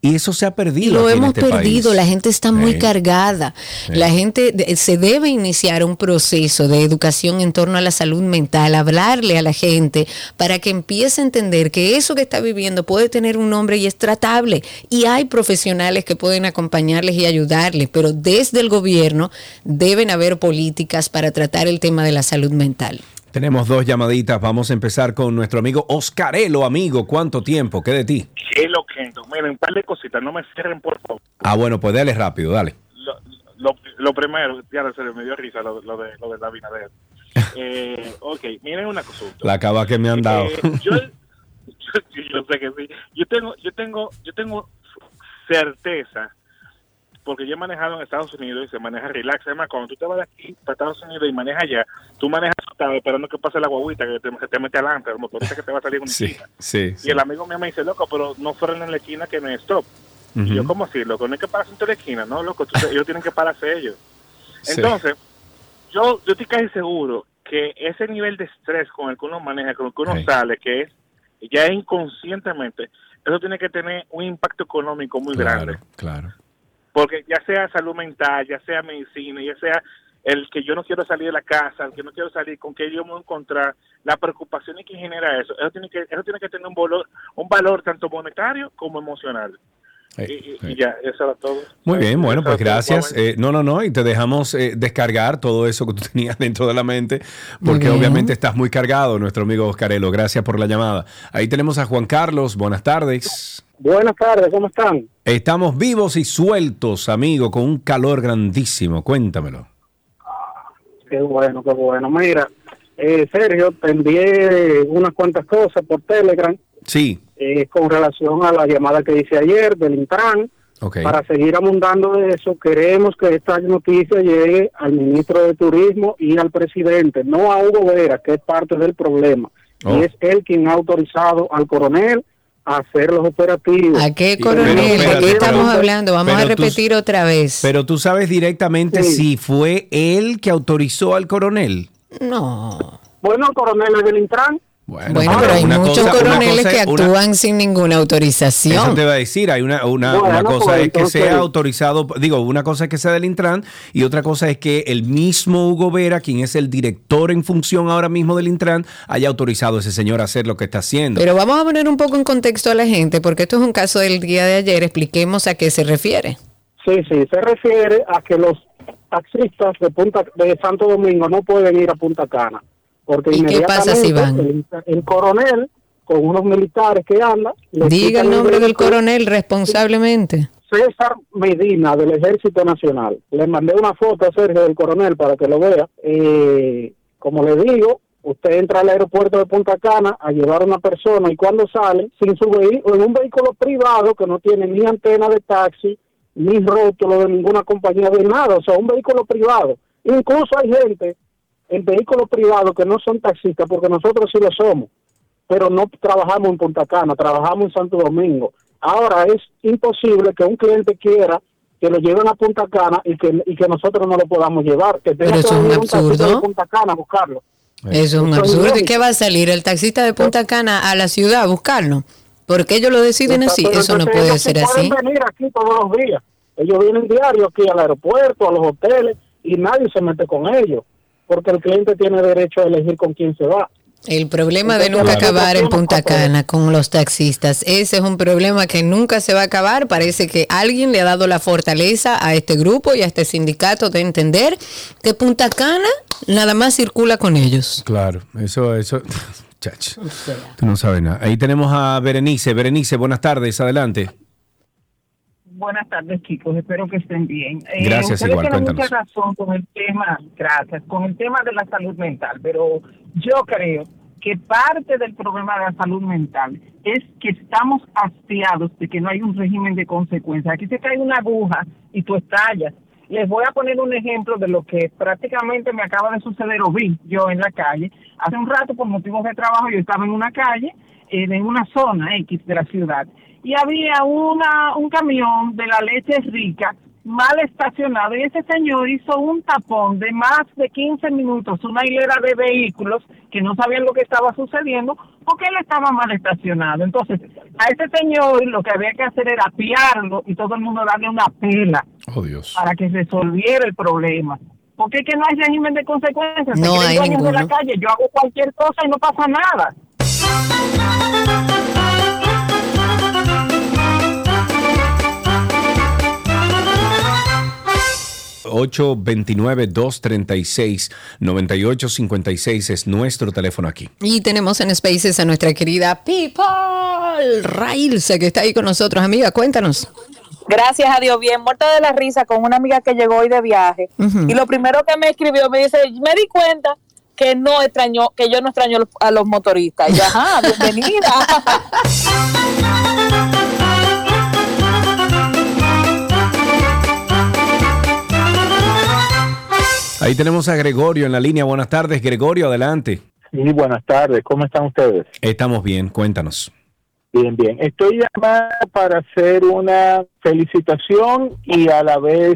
Y eso se ha perdido. Lo aquí hemos en este perdido, país. la gente está muy cargada. La gente se debe iniciar un proceso de educación en torno a la salud mental, hablarle a la gente para que empiece a entender que eso que está viviendo puede tener un nombre y es tratable. Y hay profesionales que pueden acompañarles y ayudarles, pero desde el gobierno deben haber políticas para tratar el tema de la salud mental. Tenemos 2 llamaditas. Vamos a empezar con nuestro amigo Oscarelo, amigo. ¿Cuánto tiempo? ¿Qué de ti? ¿Qué lo que? Miren, un par de cositas, no me cierren, por favor. Ah, bueno, pues dale rápido, dale. Lo primero, ya se me dio risa lo de la Abinader. Ok, miren una cosa. La cava que me han dado. Yo sé que sí. Yo tengo certeza, porque yo he manejado en Estados Unidos y se maneja relax. Además, cuando tú te vas de aquí para Estados Unidos y manejas allá, tú manejas asustado esperando que pase la guaguita que te mete adelante, el motorista que te va a salir en una esquina. Sí. Y el amigo mío me dice, loco, pero no fueron en la esquina que me stop. Y yo, ¿cómo así, loco? No hay que pararse en toda la esquina, ¿no, loco? Ellos tienen que pararse ellos. Entonces, yo estoy casi seguro que ese nivel de estrés con el que uno maneja, con el que uno sale, que es ya inconscientemente, eso tiene que tener un impacto económico muy grande. Claro. Porque ya sea salud mental, ya sea medicina, ya sea el que yo no quiero salir de la casa, el que no quiero salir, con qué yo me voy a encontrar, la preocupación que genera eso tiene que tener un valor tanto monetario como emocional. Y ya, eso era todo. Muy bien, bueno, pues gracias. No, y te dejamos descargar todo eso que tú tenías dentro de la mente, porque obviamente estás muy cargado, nuestro amigo Oscarelo. Gracias por la llamada. Ahí tenemos a Juan Carlos. Buenas tardes. Buenas tardes, ¿cómo están? Estamos vivos y sueltos, amigo, con un calor grandísimo. Cuéntamelo. Qué bueno. Mira, Sergio, te envié unas cuantas cosas por Telegram. Sí. Con relación a la llamada que hice ayer del Intran. Para seguir abundando de eso, queremos que esta noticia llegue al ministro de Turismo y al presidente, no a Hugo Vera, que es parte del problema. Y es él quien ha autorizado al coronel a hacer los operativos. ¿A qué coronel? ¿De qué estamos hablando? Vamos a repetir otra vez. Pero tú sabes directamente si fue él que autorizó al coronel. No. Bueno, el coronel es del Intran. Bueno, pero hay muchos coroneles que actúan sin ninguna autorización. Eso te iba a decir, hay una cosa es que sea autorizado, una cosa es que sea del Intran y otra cosa es que el mismo Hugo Vera, quien es el director en función ahora mismo del Intran, haya autorizado a ese señor a hacer lo que está haciendo. Pero vamos a poner un poco en contexto a la gente, porque esto es un caso del día de ayer. Expliquemos a qué se refiere. Sí, se refiere a que los taxistas de Santo Domingo no pueden ir a Punta Cana. Porque ¿y qué pasa si van? El coronel, con unos militares que andan... Diga el nombre del coronel responsablemente. César Medina, del Ejército Nacional. Le mandé una foto a Sergio del coronel para que lo vea. Como le digo, usted entra al aeropuerto de Punta Cana a llevar a una persona y cuando sale, sin su vehículo, en un vehículo privado que no tiene ni antena de taxi, ni rótulo de ninguna compañía, de nada. O sea, un vehículo privado. Incluso hay gente en vehículos privados que no son taxistas, porque nosotros sí lo somos, pero no trabajamos en Punta Cana, trabajamos en Santo Domingo. Ahora es imposible que un cliente quiera que lo lleven a Punta Cana y que nosotros no lo podamos llevar. Que pero eso es un absurdo. De Punta Cana a buscarlo. Eso es un absurdo. ¿Y qué va a salir el taxista de Punta Cana a la ciudad a buscarlo? ¿Por qué ellos lo deciden así? Eso no puede ser así. Pueden venir aquí todos los días. Ellos vienen diario aquí al aeropuerto, a los hoteles, y nadie se mete con ellos, porque el cliente tiene derecho a elegir con quién se va. El problema de nunca acabar en Punta Cana con los taxistas, ese es un problema que nunca se va a acabar. Parece que alguien le ha dado la fortaleza a este grupo y a este sindicato de entender que Punta Cana nada más circula con ellos. Claro, eso, chacho, tú no sabes nada. Ahí tenemos a Berenice. Berenice, buenas tardes, adelante. Buenas tardes, chicos, espero que estén bien. Gracias, ustedes igual, tienen cuéntanos. mucha razón con el tema, gracias, con el tema de la salud mental, pero yo creo que parte del problema de la salud mental es que estamos hastiados de que no hay un régimen de consecuencias. Aquí se cae una aguja y tú estallas. Les voy a poner un ejemplo de lo que prácticamente me acaba de suceder o vi yo en la calle. Hace un rato, por motivos de trabajo, yo estaba en una calle, en una zona X de la ciudad, y había un camión de la leche rica mal estacionado y ese señor hizo un tapón de más de 15 minutos, una hilera de vehículos que no sabían lo que estaba sucediendo porque él estaba mal estacionado. Entonces, a ese señor lo que había que hacer era apiarlo y todo el mundo darle una pela para que resolviera el problema. Porque es que no hay régimen de consecuencias. No hay ninguno. De la calle, yo hago cualquier cosa y no pasa nada. 829-236-9856 es nuestro teléfono aquí. Y tenemos en Spaces a nuestra querida People Railsa, que está ahí con nosotros. Amiga, cuéntanos. Gracias a Dios, bien, muerta de la risa con una amiga que llegó hoy de viaje. Y lo primero que me escribió, me dice, me di cuenta que yo no extraño a los motoristas. Y yo, ajá, bienvenida. Ahí tenemos a Gregorio en la línea. Buenas tardes, Gregorio, adelante. Sí, buenas tardes. ¿Cómo están ustedes? Estamos bien, cuéntanos. Bien, bien. Estoy llamando para hacer una felicitación y a la vez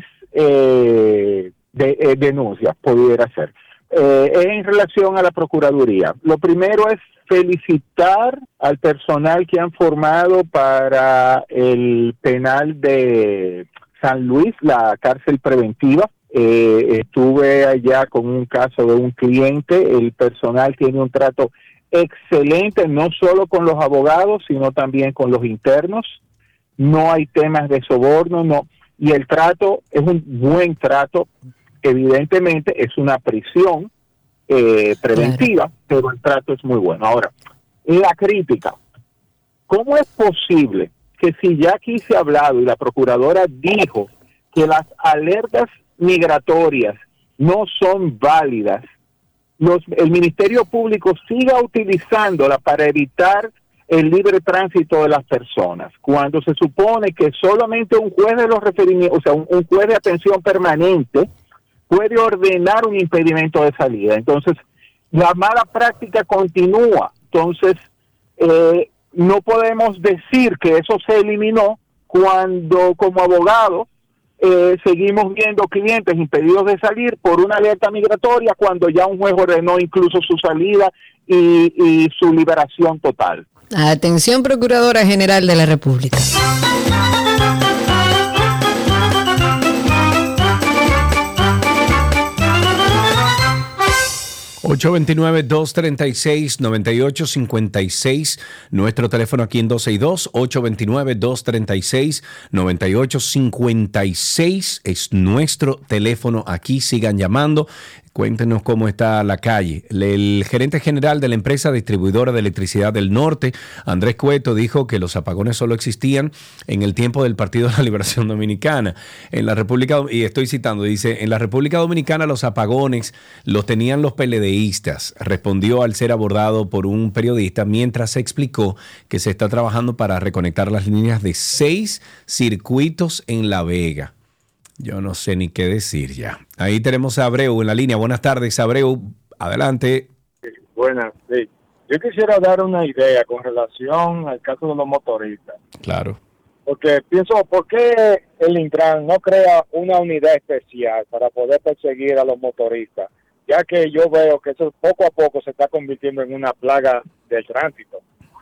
denuncia, pudiera ser. En relación a la Procuraduría. Lo primero es felicitar al personal que han formado para el penal de San Luis, la cárcel preventiva. Estuve allá con un caso de un cliente. El personal tiene un trato excelente, no solo con los abogados, sino también con los internos. No hay temas de soborno, no. Y el trato es un buen trato. Evidentemente es una prisión preventiva, pero el trato es muy bueno. Ahora, la crítica. ¿Cómo es posible que si ya aquí se ha hablado y la procuradora dijo que las alertas migratorias no son válidas, el Ministerio Público siga utilizándola para evitar el libre tránsito de las personas, cuando se supone que solamente un juez de los referimientos, o sea, un juez de atención permanente puede ordenar un impedimento de salida? Entonces, la mala práctica continúa. Entonces, no podemos decir que eso se eliminó cuando, como abogado, seguimos viendo clientes impedidos de salir por una alerta migratoria cuando ya un juez ordenó incluso su salida y su liberación total. Atención, Procuradora General de la República. ...829-236-9856... nuestro teléfono aquí en 262... ...829-236-9856... es nuestro teléfono aquí, sigan llamando... Cuéntenos cómo está la calle. El gerente general de la empresa distribuidora de electricidad del norte, Andrés Cueto, dijo que los apagones solo existían en el tiempo del Partido de la Liberación Dominicana. En la República, y estoy citando, dice, en la República Dominicana los apagones los tenían los PLDistas. Respondió al ser abordado por un periodista mientras explicó que se está trabajando para reconectar las líneas de 6 circuitos en La Vega. Yo no sé ni qué decir ya. Ahí tenemos a Abreu en la línea. Buenas tardes, Abreu. Adelante. Buenas, sí. Yo quisiera dar una idea con relación al caso de los motoristas. Claro. Porque pienso, ¿por qué el Intran no crea una unidad especial para poder perseguir a los motoristas? Ya que yo veo que eso poco a poco se está convirtiendo en una plaga del tránsito.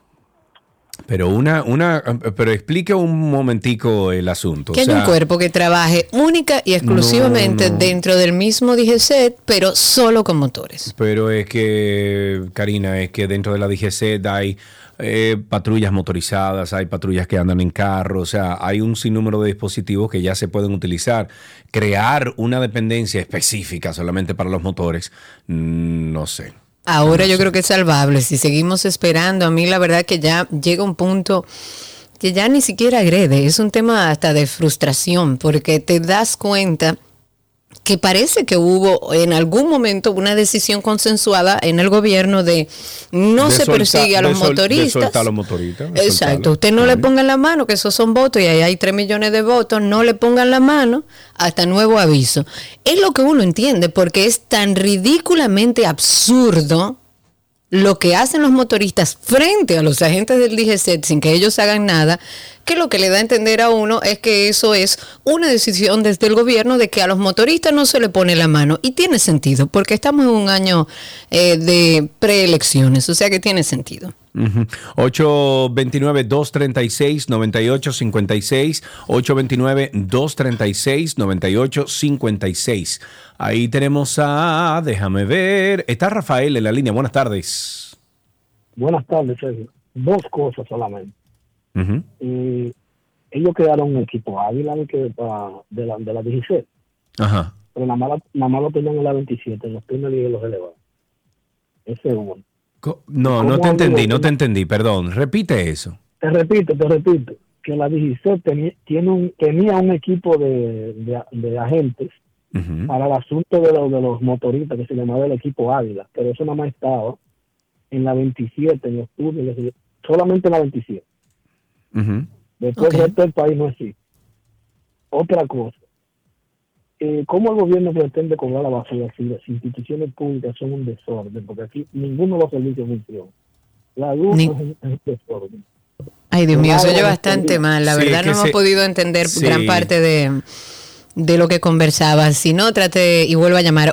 Pero pero explique un momentico el asunto. Que haya un cuerpo que trabaje única y exclusivamente dentro del mismo DGCET, pero solo con motores. Pero es que, Karina, es que dentro de la DGCET hay patrullas motorizadas, hay patrullas que andan en carro, o sea, hay un sinnúmero de dispositivos que ya se pueden utilizar. Crear una dependencia específica solamente para los motores, no sé. Ahora yo creo que es salvable. Si seguimos esperando, a mí la verdad que ya llega un punto que ya ni siquiera agrede. Es un tema hasta de frustración, porque te das cuenta que parece que hubo en algún momento una decisión consensuada en el gobierno de no se persigue a los motoristas. De soltar a los motoristas. Exacto. Usted no le pongan la mano, que esos son votos y ahí hay 3 millones de votos. No le pongan la mano hasta nuevo aviso. Es lo que uno entiende, porque es tan ridículamente absurdo lo que hacen los motoristas frente a los agentes del DGCET sin que ellos hagan nada, que lo que le da a entender a uno es que eso es una decisión desde el gobierno de que a los motoristas no se le pone la mano. Y tiene sentido, porque estamos en un año de preelecciones, o sea que tiene sentido. 829-236-9856, 829-236-9856. Ahí tenemos déjame ver, está Rafael en la línea. Buenas tardes. Buenas tardes, Sergio. Dos cosas solamente. Ellos crearon un equipo Ávila de la 16. Ajá. Pero nada más lo tenían en la 27, en los túneles y en los elevados. Ese es uno. No te entendí, perdón. Repite eso. Te repito, que la 16 tenía un equipo de agentes para el asunto de los motoristas, que se llamaba el equipo Ávila, pero eso nada más estaba en la 27, en los túneles, solamente en la 27. Después el resto del país no existe. Otra cosa, ¿cómo el gobierno pretende cobrar la basura si las instituciones públicas son un desorden? Porque aquí ninguno de los servicios funciona. La luz es un desorden. Ay, Dios mío, se oye bastante mal. La verdad no hemos podido entender gran parte de lo que conversaba. Si no, trate y vuelva a llamar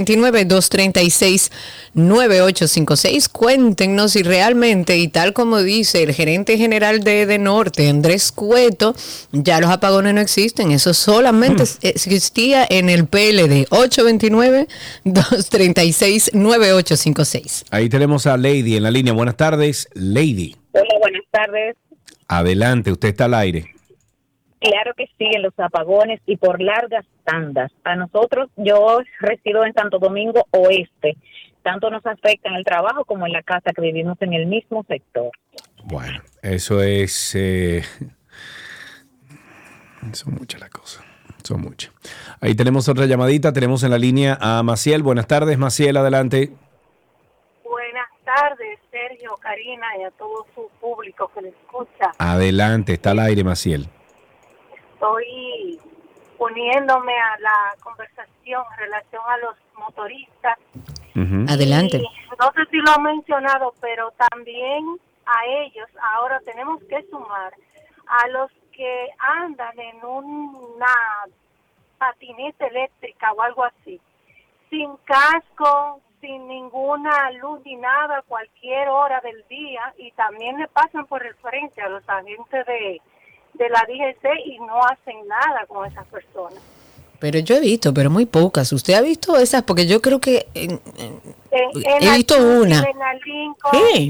829-236-9856. Cuéntenos si realmente, y tal como dice el gerente general de Edenorte, Andrés Cueto, ya los apagones no existen. Eso solamente existía en el PLD. 829-236-9856. Ahí tenemos a Lady en la línea. Buenas tardes, Lady. Hola, buenas tardes. Adelante, usted está al aire. Claro que sí, en los apagones y por largas tandas. A nosotros, yo resido en Santo Domingo Oeste, tanto nos afecta en el trabajo como en la casa, que vivimos en el mismo sector. Bueno, eso es... son muchas las cosas, son muchas. Ahí tenemos otra llamadita, tenemos en la línea a Maciel. Buenas tardes, Maciel, adelante. Buenas tardes, Sergio, Karina y a todo su público que le escucha. Adelante, está al aire, Maciel. Estoy uniéndome a la conversación en relación a los motoristas. Adelante. Y no sé si lo han mencionado, pero también a ellos ahora tenemos que sumar a los que andan en una patineta eléctrica o algo así, sin casco, sin ninguna luz ni nada, cualquier hora del día, y también le pasan por el frente a los agentes de la DGC y no hacen nada con esas personas. Pero yo he visto, pero muy pocas. ¿Usted ha visto esas? Porque yo creo que he visto una. En la Lincoln, ¿Qué?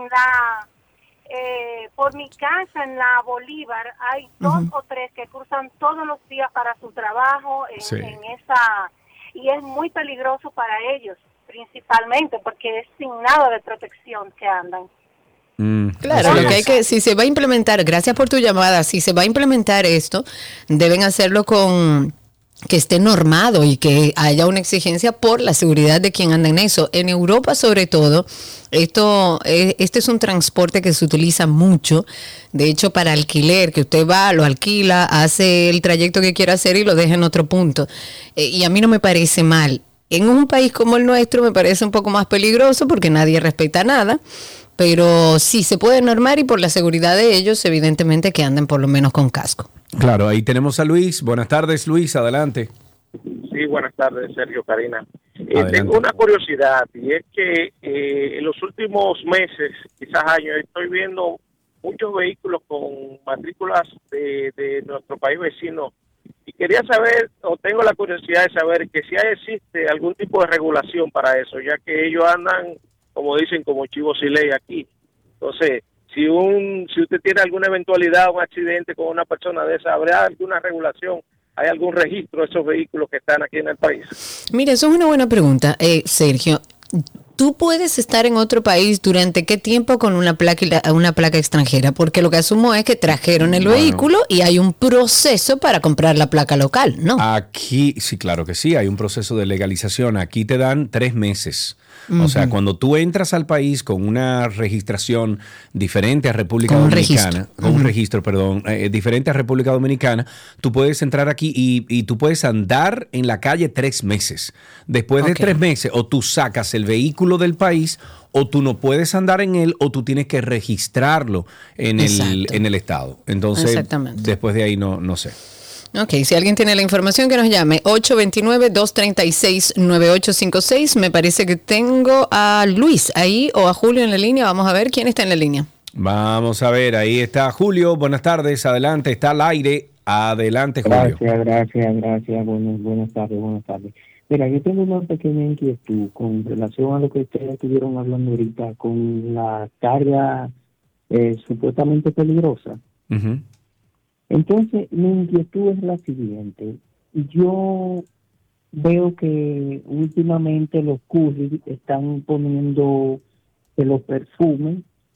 por mi casa en la Bolívar hay dos o tres que cruzan todos los días para su trabajo en esa, y es muy peligroso para ellos, principalmente porque es sin nada de protección que andan. Claro, lo que hay que, si se va a implementar, gracias por tu llamada, si se va a implementar esto, deben hacerlo con que esté normado y que haya una exigencia por la seguridad de quien anda en eso. En Europa, sobre todo, este es un transporte que se utiliza mucho, de hecho, para alquiler, que usted va, lo alquila, hace el trayecto que quiera hacer y lo deja en otro punto. Y a mí no me parece mal. En un país como el nuestro me parece un poco más peligroso porque nadie respeta nada. Pero sí, se puede normar y por la seguridad de ellos, evidentemente que anden por lo menos con casco. Claro, ahí tenemos a Luis. Buenas tardes, Luis, adelante. Sí, buenas tardes, Sergio, Karina. Tengo una curiosidad y es que en los últimos meses, quizás años, estoy viendo muchos vehículos con matrículas de nuestro país vecino y quería saber, o tengo la curiosidad de saber que si existe algún tipo de regulación para eso, ya que ellos andan, como dicen, como chivos sin ley aquí. Entonces, si usted tiene alguna eventualidad, un accidente con una persona de esa, ¿habrá alguna regulación? ¿Hay algún registro de esos vehículos que están aquí en el país? Mira, eso es una buena pregunta, Sergio. ¿Tú puedes estar en otro país durante qué tiempo con una placa extranjera? Porque lo que asumo es que trajeron el vehículo y hay un proceso para comprar la placa local, ¿no? Aquí, sí, claro que sí, hay un proceso de legalización. Aquí te dan 3 meses O sea, cuando tú entras al país con una registración diferente a República Dominicana, con un registro, perdón, diferente a República Dominicana, tú puedes entrar aquí y tú puedes andar en la calle 3 meses. Después de 3 meses, o tú sacas el vehículo del país, o tú no puedes andar en él, o tú tienes que registrarlo en el estado. Entonces, después de ahí no sé. Ok, si alguien tiene la información, que nos llame 829-236-9856. Me parece que tengo a Luis ahí o a Julio en la línea. Vamos a ver quién está en la línea. Vamos a ver, ahí está Julio. Buenas tardes, adelante, está al aire. Adelante, Julio. Gracias. Buenas tardes. Mira, yo tengo una pequeña inquietud con relación a lo que ustedes estuvieron hablando ahorita con la carga supuestamente peligrosa. Uh-huh. Entonces, mi inquietud es la siguiente. Yo veo que últimamente los couriers están poniendo que los perfumes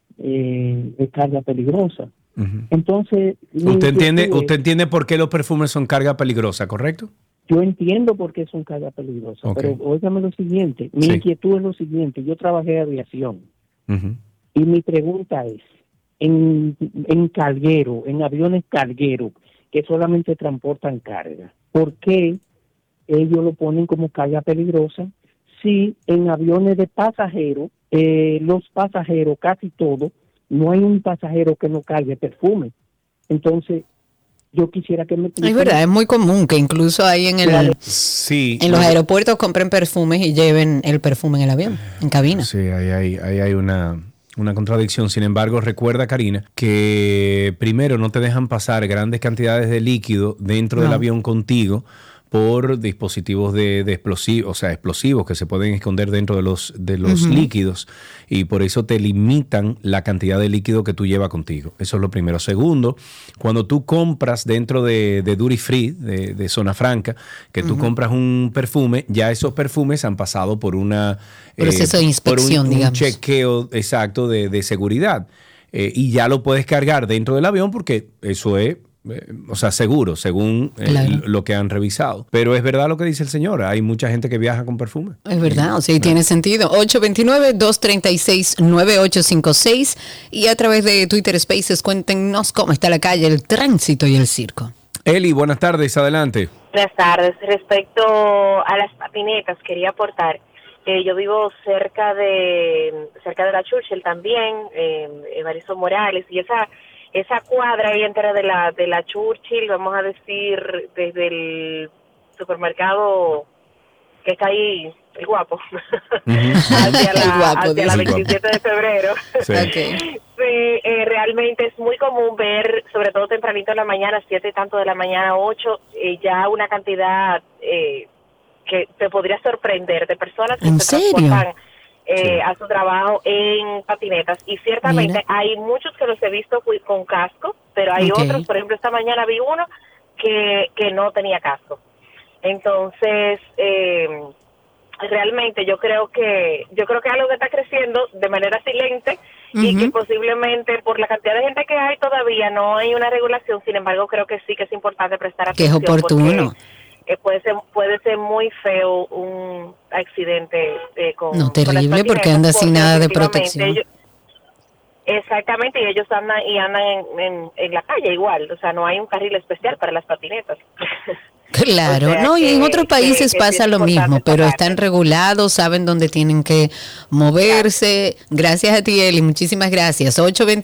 de carga peligrosa. Uh-huh. Entonces, ¿Usted entiende por qué los perfumes son carga peligrosa, correcto? Yo entiendo por qué son carga peligrosa, pero óigame lo siguiente. Mi inquietud es lo siguiente. Yo trabajé aviación y mi pregunta es, en carguero, en aviones cargueros que solamente transportan carga, ¿por qué ellos lo ponen como carga peligrosa si en aviones de pasajeros, los pasajeros, casi todos, no hay un pasajero que no cargue perfume? Entonces, yo quisiera que me... Es verdad, es muy común que incluso ahí en los aeropuertos compren perfumes y lleven el perfume en el avión, en cabina. Sí, ahí hay una contradicción. Sin embargo, recuerda, Karina, que primero no te dejan pasar grandes cantidades de líquido dentro del avión contigo por dispositivos de explosivos, o sea, explosivos que se pueden esconder dentro de los líquidos, y por eso te limitan la cantidad de líquido que tú llevas contigo. Eso es lo primero. Segundo, cuando tú compras dentro de Duty Free, de Zona Franca, que tú compras un perfume, ya esos perfumes han pasado por una proceso de inspección, por un chequeo exacto de seguridad, y ya lo puedes cargar dentro del avión porque eso es seguro, según lo que han revisado. Pero es verdad lo que dice el señor, hay mucha gente que viaja con perfume. Es verdad, tiene sentido. 829-236-9856 y a través de Twitter Spaces cuéntenos cómo está la calle, el tránsito y el circo. Eli, buenas tardes, adelante. Buenas tardes. Respecto a las patinetas, quería aportar que yo vivo cerca de la Churchill también, Evaristo Morales, y esa cuadra ahí entera de la Churchill, vamos a decir, desde el supermercado que está ahí, el Guapo, hacia la 27 de febrero. Sí. Sí, realmente es muy común ver, sobre todo tempranito en la mañana, 7 y tanto de la mañana, 8, ya una cantidad que te podría sorprender de personas que se transportan a su trabajo en patinetas, y ciertamente hay muchos que los he visto con casco, pero hay otros, por ejemplo, esta mañana vi uno que no tenía casco. Entonces, realmente yo creo que es algo que está creciendo de manera silente y que posiblemente por la cantidad de gente que hay todavía no hay una regulación. Sin embargo, creo que sí que es importante prestar atención. Que es oportuno. Puede ser muy feo un accidente con terrible, con porque anda sin nada de protección. Exactamente, y ellos andan en la calle igual, o sea, no hay un carril especial para las patinetas. Claro, y en otros países pasa lo mismo, pero están regulados, saben dónde tienen que moverse. Gracias a ti, Eli, muchísimas gracias.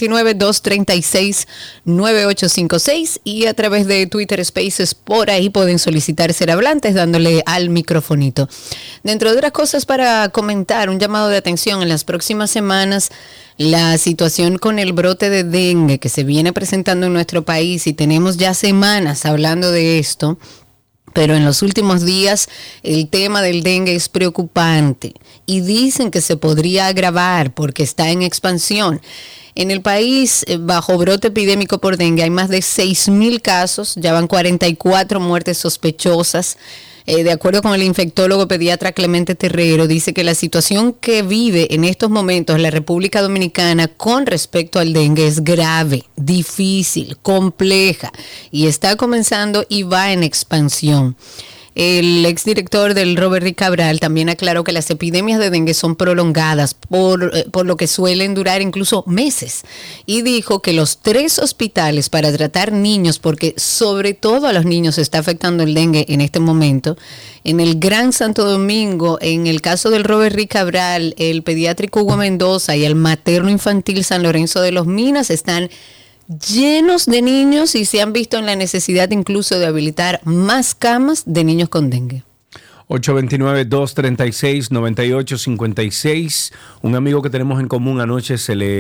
829-236-9856 y a través de Twitter Spaces, por ahí pueden solicitar ser hablantes dándole al microfonito. Dentro de otras cosas para comentar, un llamado de atención en las próximas semanas, la situación con el brote de dengue que se viene presentando en nuestro país, y tenemos ya semanas hablando de esto. Pero en los últimos días el tema del dengue es preocupante y dicen que se podría agravar porque está en expansión. En el país, bajo brote epidémico por dengue, hay más de 6,000 casos, ya van 44 muertes sospechosas. De acuerdo con el infectólogo pediatra Clemente Terrero, dice que la situación que vive en estos momentos la República Dominicana con respecto al dengue es grave, difícil, compleja, y está comenzando y va en expansión. el exdirector del Robert Reed Cabral también aclaró que las epidemias de dengue son prolongadas por lo que suelen durar incluso meses. Y dijo que los 3 hospitales para tratar niños, porque sobre todo a los niños se está afectando el dengue en este momento, en el Gran Santo Domingo, en el caso del Robert Reed Cabral, el pediátrico Hugo Mendoza y el materno infantil San Lorenzo de los Minas están llenos de niños y se han visto en la necesidad incluso de habilitar más camas de niños con dengue. 829-236-9856. Un amigo que tenemos en común anoche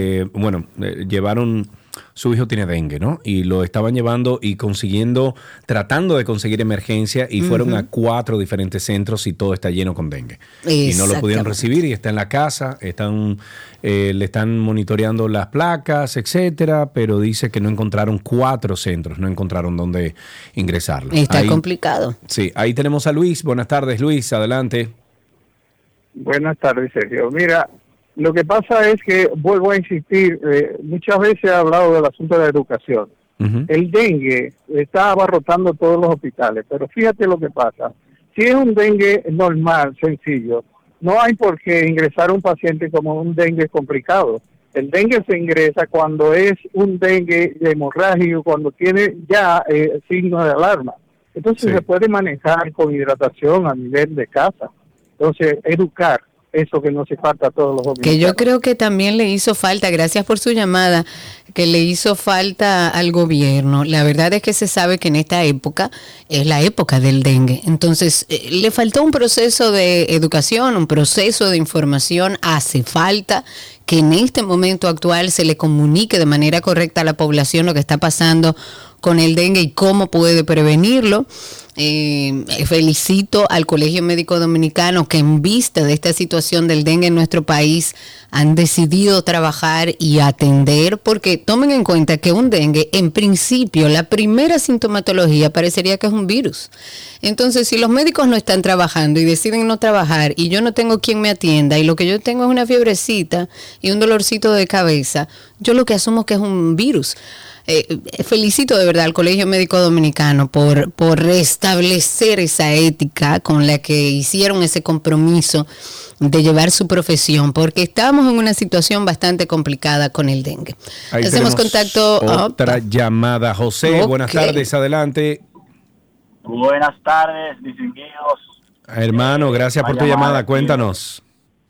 llevaron, su hijo tiene dengue, ¿no? Y lo estaban llevando y tratando de conseguir emergencia y fueron a 4 diferentes centros y todo está lleno con dengue. Y no lo pudieron recibir y está en la casa, le están monitoreando las placas, etcétera, pero dice que no encontraron 4 centros, no encontraron dónde ingresarlo. Está complicado. Sí, ahí tenemos a Luis. Buenas tardes, Luis, adelante. Buenas tardes, Sergio. Mira, lo que pasa es que, vuelvo a insistir, muchas veces he hablado del asunto de la educación. El dengue está abarrotando todos los hospitales, pero fíjate lo que pasa. Si es un dengue normal, sencillo, no hay por qué ingresar a un paciente como un dengue complicado. El dengue se ingresa cuando es un dengue hemorrágico, cuando tiene ya signos de alarma. Entonces se puede manejar con hidratación a nivel de casa. Entonces, educar. Eso que no se falta a todos los dominicanos. Que yo creo que también le hizo falta, gracias por su llamada, que le hizo falta al gobierno. La verdad es que se sabe que en esta época es la época del dengue. Entonces, le faltó un proceso de educación, un proceso de información. Hace falta que en este momento actual se le comunique de manera correcta a la población lo que está pasando con el dengue y cómo puede prevenirlo. Felicito al Colegio Médico Dominicano que en vista de esta situación del dengue en nuestro país han decidido trabajar y atender, porque tomen en cuenta que un dengue, en principio, la primera sintomatología parecería que es un virus. Entonces, si los médicos no están trabajando y deciden no trabajar y yo no tengo quien me atienda y lo que yo tengo es una fiebrecita y un dolorcito de cabeza, yo lo que asumo que es un virus. Felicito de verdad al Colegio Médico Dominicano por restablecer esa ética con la que hicieron ese compromiso de llevar su profesión, porque estamos en una situación bastante complicada con el dengue. Ahí hacemos contacto. Otra llamada. José, buenas tardes, adelante. Buenas tardes, distinguidos. Hermano, gracias por tu llamada, cuéntanos.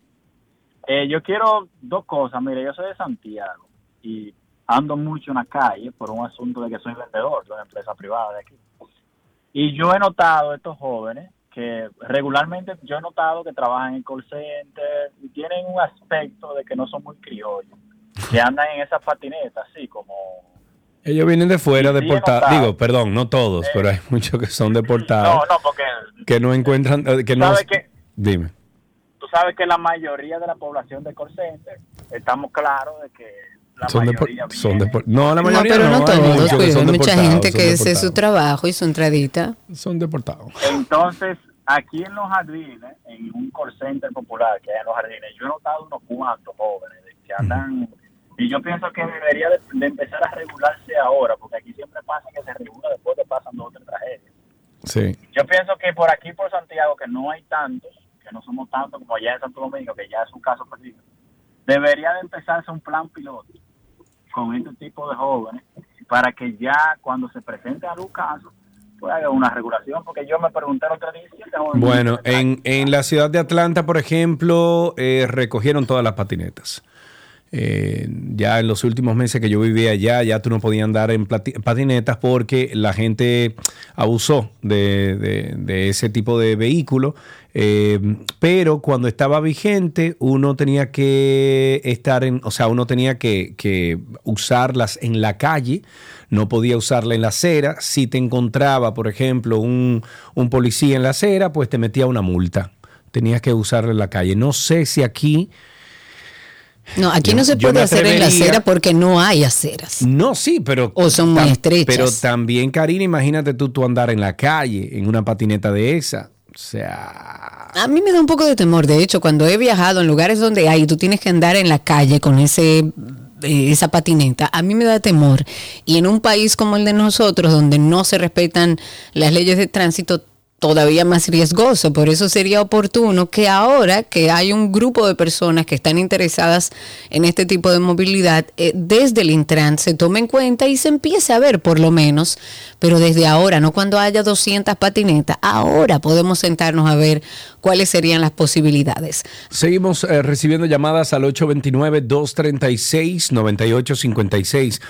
Yo quiero 2 cosas. Mire, yo soy de Santiago y ando mucho en la calle por un asunto de que soy vendedor de una empresa privada de aquí. Y yo he notado estos jóvenes que regularmente yo he notado que trabajan en call center y tienen un aspecto de que no son muy criollos, que andan en esas patinetas así como... Ellos vienen de fuera, deportados. Digo, perdón, no todos, pero hay muchos que son deportados. No, porque... Que no encuentran... que no. Dime. Tú sabes que la mayoría de la población de call center, estamos claros de que la mayoría pero no todos, hay mucha gente que ese es su trabajo y su entradita. Son deportados. Entonces, aquí en los jardines, en un call center popular que hay en los jardines, yo he notado unos cuantos jóvenes que andan, y yo pienso que debería de empezar a regularse ahora, porque aquí siempre pasa que se regula después que pasan 2 o 3 tragedias. Sí. Yo pienso que por aquí, por Santiago, que no hay tantos, que no somos tantos como allá en Santo Domingo, que ya es un caso perdido, debería de empezarse un plan piloto con este tipo de jóvenes para que ya cuando se presente algún caso pueda haber una regulación, porque yo me pregunté el otro día. Bueno, en la ciudad de Atlanta, por ejemplo, recogieron todas las patinetas. Ya en los últimos meses que yo vivía allá, ya tú no podías andar en patinetas porque la gente abusó de ese tipo de vehículo. Pero cuando estaba vigente, uno tenía que uno tenía que usarlas en la calle, no podía usarla en la acera. Si te encontraba, por ejemplo, un policía en la acera, pues te metía una multa. Tenías que usarla en la calle. No sé si aquí... No, aquí no se puede hacer en la acera porque no hay aceras. No, sí, pero... O son muy estrechas. Pero también, Karina, imagínate tú andar en la calle en una patineta de esa. O sea... A mí me da un poco de temor. De hecho, cuando he viajado en lugares donde hay, tú tienes que andar en la calle con esa patineta, a mí me da temor. Y en un país como el de nosotros, donde no se respetan las leyes de tránsito, todavía más riesgoso. Por eso sería oportuno que ahora que hay un grupo de personas que están interesadas en este tipo de movilidad, desde el Intran se tome en cuenta y se empiece a ver por lo menos, pero desde ahora, no cuando haya 200 patinetas, ahora podemos sentarnos a ver cuáles serían las posibilidades. Seguimos recibiendo llamadas al 829-236-9856,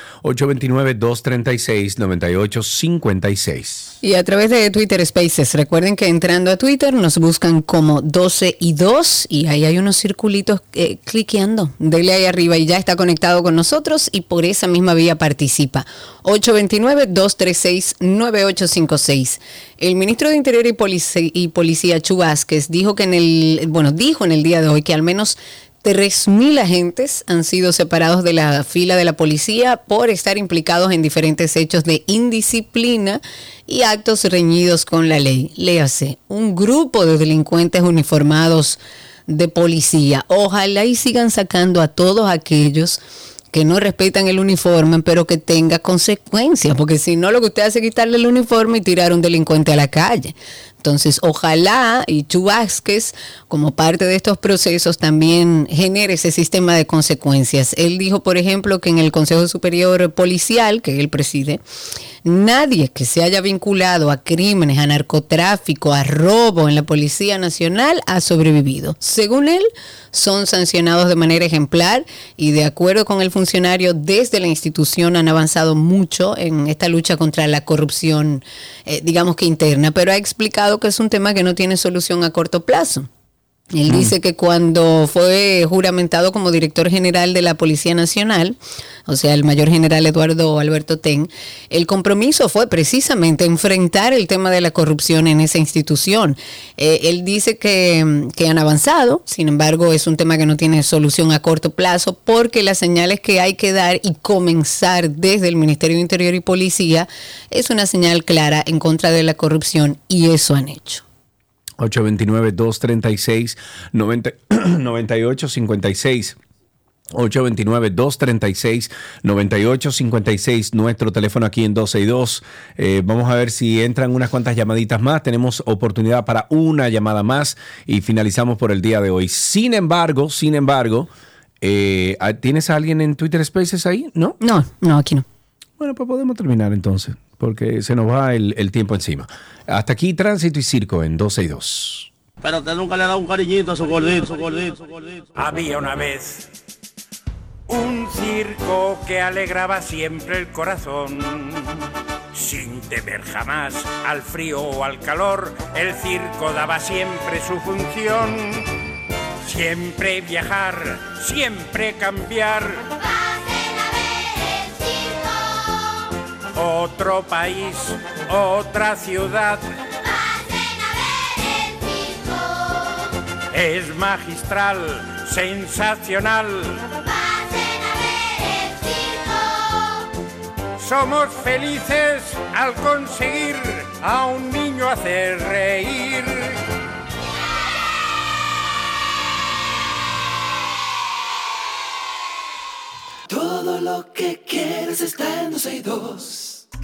829-236-9856. Y a través de Twitter Spaces, recuerden que entrando a Twitter nos buscan como 12 y 2 y ahí hay unos circulitos cliqueando. Dele ahí arriba y ya está conectado con nosotros y por esa misma vía participa. 829-236-9856. El ministro de Interior y Policía, Chu Vázquez, dijo en el día de hoy que al menos 3,000 agentes han sido separados de la fila de la policía por estar implicados en diferentes hechos de indisciplina y actos reñidos con la ley. Léase, un grupo de delincuentes uniformados de policía. Ojalá y sigan sacando a todos aquellos que no respetan el uniforme, pero que tenga consecuencias, porque si no, lo que usted hace es quitarle el uniforme y tirar a un delincuente a la calle. Entonces, ojalá y Chu Vázquez, como parte de estos procesos, también genere ese sistema de consecuencias. Él dijo, por ejemplo, que en el Consejo Superior Policial, que él preside, nadie que se haya vinculado a crímenes, a narcotráfico, a robo en la Policía Nacional ha sobrevivido. Según él, son sancionados de manera ejemplar y de acuerdo con el funcionario, desde la institución han avanzado mucho en esta lucha contra la corrupción, digamos que interna, pero ha explicado que es un tema que no tiene solución a corto plazo. Él dice que cuando fue juramentado como director general de la Policía Nacional, o sea, el mayor general Eduardo Alberto Ten, el compromiso fue precisamente enfrentar el tema de la corrupción en esa institución. Él dice que han avanzado, sin embargo, es un tema que no tiene solución a corto plazo porque las señales que hay que dar y comenzar desde el Ministerio de Interior y Policía es una señal clara en contra de la corrupción y eso han hecho. 829-236-9856. 829-236-9856, nuestro teléfono aquí en 12 y 2. Vamos a ver si entran unas cuantas llamaditas más. Tenemos oportunidad para una llamada más y finalizamos por el día de hoy. Sin embargo, ¿tienes a alguien en Twitter Spaces ahí? ¿No? No, aquí no. Bueno, pues podemos terminar entonces, porque se nos va el tiempo encima. Hasta aquí Tránsito y Circo en 12 y 2. Pero usted nunca le ha dado un cariñito a su gordito. Había una vez un circo que alegraba siempre el corazón. Sin temer jamás al frío o al calor, el circo daba siempre su función. Siempre viajar, siempre cambiar. Otro país, otra ciudad. Pasen a ver el circo. Es magistral, sensacional. Pasen a ver el circo. Somos felices al conseguir a un niño hacer reír. Todo lo que quieres está en 12 y 2.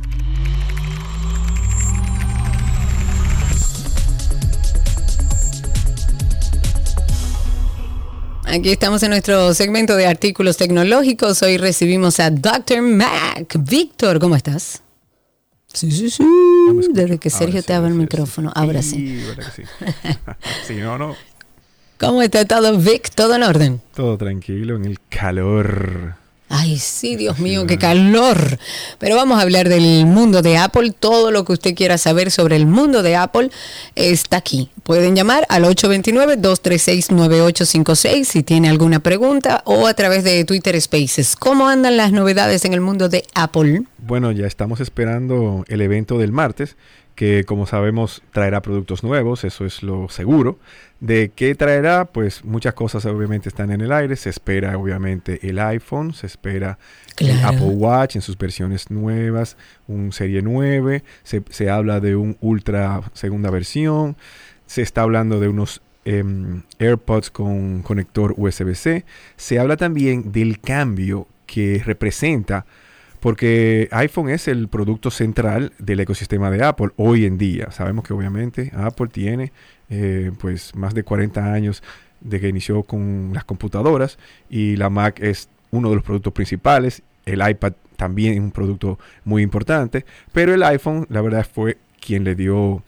Aquí estamos en nuestro segmento de artículos tecnológicos. Hoy recibimos a Dr. Mac. Víctor, ¿cómo estás? Sí. Desde que Sergio te abre el micrófono. Ahora sí. Sí, no. ¿Cómo está todo, Vic? ¿Todo en orden? Todo tranquilo, en el calor. Ay, sí, Dios mío, qué calor. Pero vamos a hablar del mundo de Apple. Todo lo que usted quiera saber sobre el mundo de Apple está aquí. Pueden llamar al 829-236-9856 si tiene alguna pregunta o a través de Twitter Spaces. ¿Cómo andan las novedades en el mundo de Apple? Bueno, ya estamos esperando el evento del martes, que como sabemos traerá productos nuevos, eso es lo seguro. ¿De qué traerá? Pues muchas cosas obviamente están en el aire. Se espera obviamente el iPhone, se espera el Apple Watch en sus versiones nuevas, un Serie 9, se habla de un Ultra segunda versión, se está hablando de unos AirPods con conector USB-C. Se habla también del cambio que representa porque iPhone es el producto central del ecosistema de Apple hoy en día. Sabemos que obviamente Apple tiene pues más de 40 años de que inició con las computadoras, y la Mac es uno de los productos principales. El iPad también es un producto muy importante, pero el iPhone, la verdad, fue quien le dio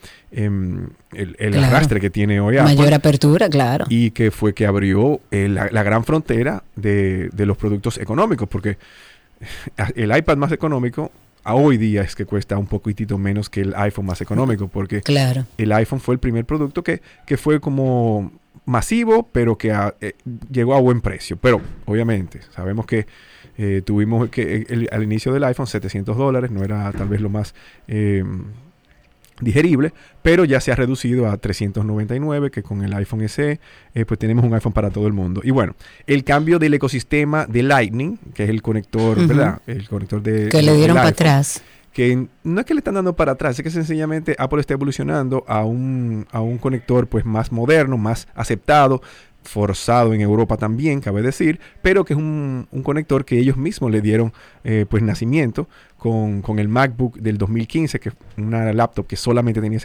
el arrastre que tiene hoy Apple. Mayor apertura, claro. Y que fue que abrió la gran frontera de los productos económicos, porque el iPad más económico a hoy día es que cuesta un poquitito menos que el iPhone más económico, porque el iPhone fue el primer producto que fue como masivo, pero que llegó a buen precio. Pero obviamente sabemos que tuvimos que al inicio del iPhone $700, no era tal vez lo más digerible, pero ya se ha reducido a $399, que con el iPhone SE pues tenemos un iPhone para todo el mundo. Y bueno, el cambio del ecosistema de Lightning, que es el conector, ¿verdad? El conector que le dieron para atrás. Que no es que le están dando para atrás, es que sencillamente Apple está evolucionando a un conector pues más moderno, más aceptado, forzado en Europa también, cabe decir, pero que es un conector que ellos mismos le dieron pues nacimiento con el MacBook del 2015, que es una laptop que solamente tenía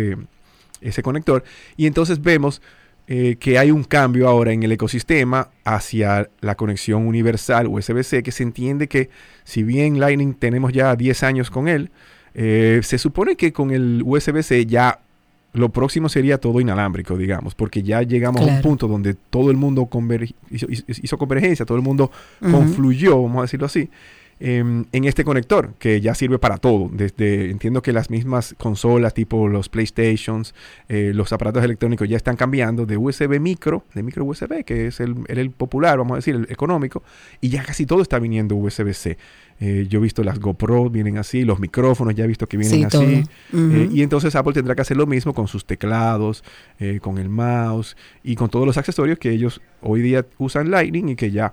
ese conector. Y entonces vemos que hay un cambio ahora en el ecosistema hacia la conexión universal USB-C, que se entiende que si bien Lightning tenemos ya 10 años con él, se supone que con el USB-C ya lo próximo sería todo inalámbrico, digamos, porque ya llegamos a un punto donde todo el mundo hizo convergencia, todo el mundo confluyó, vamos a decirlo así, en este conector, que ya sirve para todo. Entiendo que las mismas consolas, tipo los PlayStations, los aparatos electrónicos ya están cambiando de USB micro USB, que es el popular, vamos a decir, el económico, y ya casi todo está viniendo USB-C. Yo he visto las GoPro vienen así, los micrófonos ya he visto que vienen así. Y entonces Apple tendrá que hacer lo mismo con sus teclados, con el mouse y con todos los accesorios que ellos hoy día usan Lightning y que ya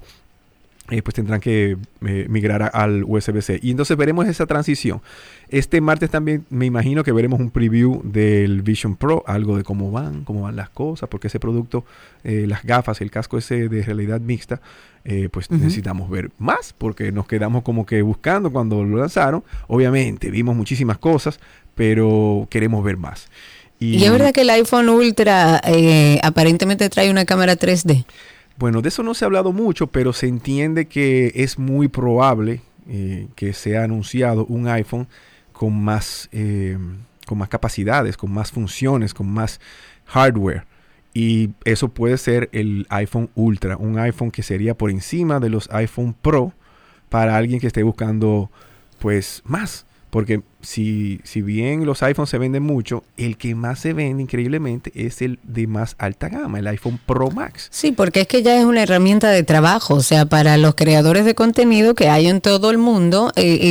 pues tendrán que migrar al USB-C. Y entonces veremos esa transición. Este martes también me imagino que veremos un preview del Vision Pro, algo de cómo van las cosas, porque ese producto, las gafas, el casco ese de realidad mixta, pues necesitamos ver más, porque nos quedamos como que buscando cuando lo lanzaron. Obviamente vimos muchísimas cosas, pero queremos ver más. Y es verdad que el iPhone Ultra aparentemente trae una cámara 3D. Bueno, de eso no se ha hablado mucho, pero se entiende que es muy probable que sea anunciado un iPhone con más capacidades, con más funciones, con más hardware. Y eso puede ser el iPhone Ultra, un iPhone que sería por encima de los iPhone Pro para alguien que esté buscando pues más. Porque si bien los iPhones se venden mucho, el que más se vende increíblemente es el de más alta gama, el iPhone Pro Max. Sí, porque es que ya es una herramienta de trabajo. O sea, para los creadores de contenido que hay en todo el mundo,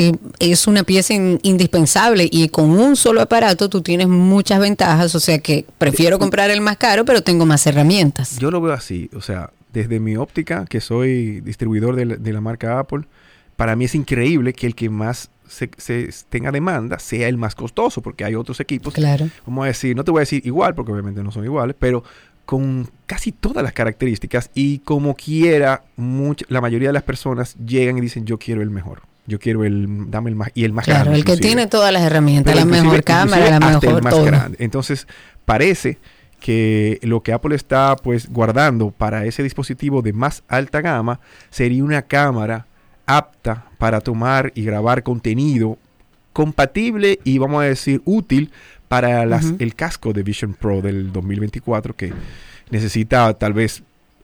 es una pieza indispensable. Y con un solo aparato tú tienes muchas ventajas. O sea que prefiero comprar el más caro, pero tengo más herramientas. Yo lo veo así. O sea, desde mi óptica, que soy distribuidor de la marca Apple, para mí es increíble que el que más se tenga demanda sea el más costoso, porque hay otros equipos, vamos a decir, no te voy a decir igual, porque obviamente no son iguales, pero con casi todas las características, y como quiera, la mayoría de las personas llegan y dicen, yo quiero el mejor. Yo quiero dame el más, y el más grande. Claro, el que tiene todas las herramientas, pero la mejor cámara, la mejor el más todo. Grande. Entonces, parece que lo que Apple está pues guardando para ese dispositivo de más alta gama sería una cámara apta para tomar y grabar contenido compatible y, vamos a decir, útil para el casco de Vision Pro del 2024, que necesita tal vez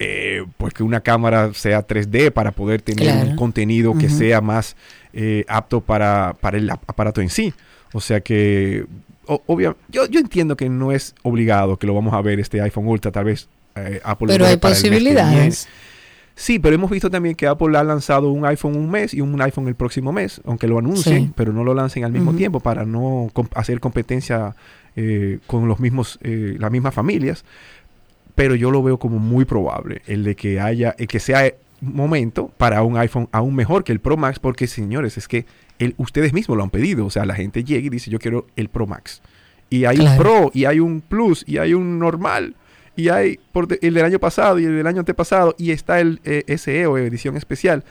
pues que una cámara sea 3D para poder tener un contenido que sea más apto para el aparato en sí. O sea que yo entiendo que no es obligado que lo vamos a ver este iPhone Ultra, tal vez Apple, pero hay posibilidades. Sí, pero hemos visto también que Apple ha lanzado un iPhone un mes y un iPhone el próximo mes, aunque lo anuncien, pero no lo lancen al mismo tiempo para no hacer competencia con los mismos, las mismas familias. Pero yo lo veo como muy probable el que sea momento para un iPhone aún mejor que el Pro Max, porque, señores, es que ustedes mismos lo han pedido. O sea, la gente llega y dice, yo quiero el Pro Max. Y hay un Pro, y hay un Plus, y hay un normal. Y hay el del año pasado y el del año antepasado, y está el SE o edición especial,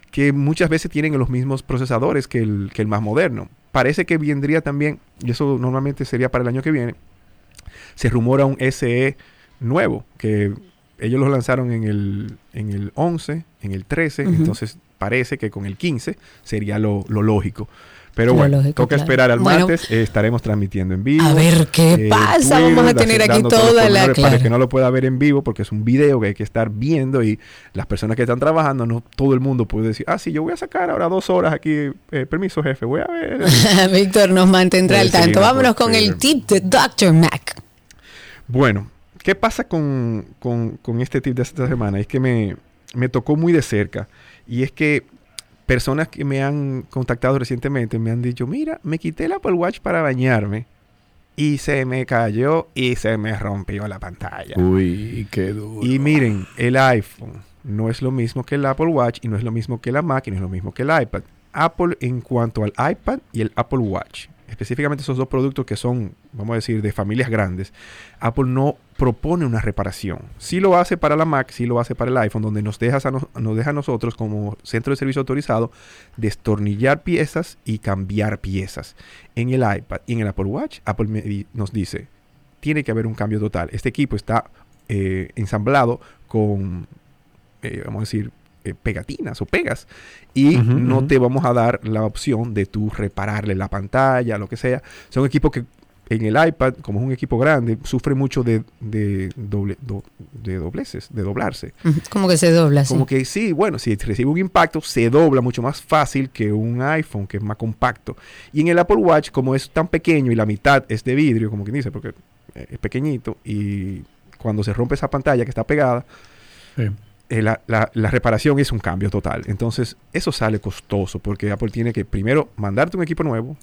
que muchas veces tienen los mismos procesadores que el más moderno. Parece que vendría también, y eso normalmente sería para el año que viene, se rumora un SE nuevo, que ellos lo lanzaron en el 11, en el 13, entonces parece que con el 15 sería lo lógico. Pero bueno, toca esperar al martes, estaremos transmitiendo en vivo. A ver qué pasa, Twitter, vamos a tener aquí toda la clave. Para que no lo pueda ver en vivo, porque es un video que hay que estar viendo y las personas que están trabajando, no todo el mundo puede decir, sí, yo voy a sacar ahora 2 horas aquí, permiso jefe, voy a ver. Víctor nos mantendrá al tanto. Vámonos con el tip de Dr. Mac. Bueno, ¿qué pasa con este tip de esta semana? Es que me tocó muy de cerca y es que personas que me han contactado recientemente me han dicho, mira, me quité el Apple Watch para bañarme y se me cayó y se me rompió la pantalla. Uy, qué duro. Y miren, el iPhone no es lo mismo que el Apple Watch y no es lo mismo que la Mac y no es lo mismo que el iPad. Apple en cuanto al iPad y el Apple Watch, específicamente esos 2 productos que son, vamos a decir, de familias grandes, Apple no propone una reparación. Sí lo hace para la Mac, sí lo hace para el iPhone, donde nos deja a nosotros como centro de servicio autorizado destornillar piezas y cambiar piezas. En el iPad y en el Apple Watch, Apple nos dice, tiene que haber un cambio total. Este equipo está ensamblado con, vamos a decir, pegatinas o pegas y no te vamos a dar la opción de tú repararle la pantalla, lo que sea. Son equipos que en el iPad, como es un equipo grande, sufre mucho de dobleces, de doblarse. Como que se dobla, como que sí, bueno, si recibe un impacto, se dobla mucho más fácil que un iPhone, que es más compacto. Y en el Apple Watch, como es tan pequeño y la mitad es de vidrio, como quien dice, porque es pequeñito, y cuando se rompe esa pantalla que está pegada, la reparación es un cambio total. Entonces, eso sale costoso, porque Apple tiene que primero mandarte un equipo nuevo,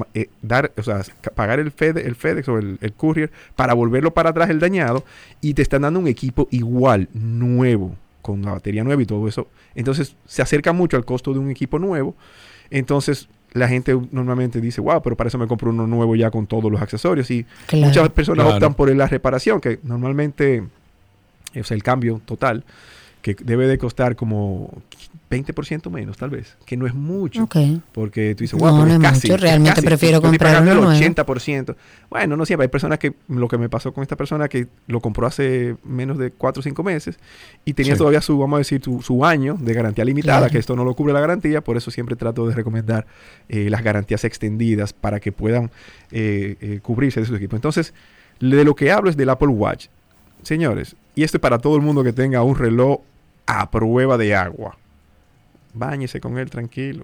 pagar el FedEx o el courier para volverlo para atrás el dañado, y te están dando un equipo igual, nuevo, con la batería nueva y todo eso. Entonces se acerca mucho al costo de un equipo nuevo. Entonces la gente normalmente dice, wow, pero para eso me compro uno nuevo ya con todos los accesorios. Y muchas personas optan por la reparación, que normalmente es el cambio total, que debe de costar como 20% menos, tal vez, que no es mucho. Porque tú dices, wow, no, pero no es casi. Mucho. Realmente casi, prefiero comprar uno el nuevo. 80%. Bueno, no siempre. Hay personas que, lo que me pasó con esta persona, que lo compró hace menos de 4 o 5 meses y tenía todavía su, vamos a decir, su año de garantía limitada, que esto no lo cubre la garantía. Por eso siempre trato de recomendar las garantías extendidas para que puedan cubrirse de su equipo. Entonces, de lo que hablo es del Apple Watch. Señores, y esto es para todo el mundo que tenga un reloj a prueba de agua. Báñese con él tranquilo.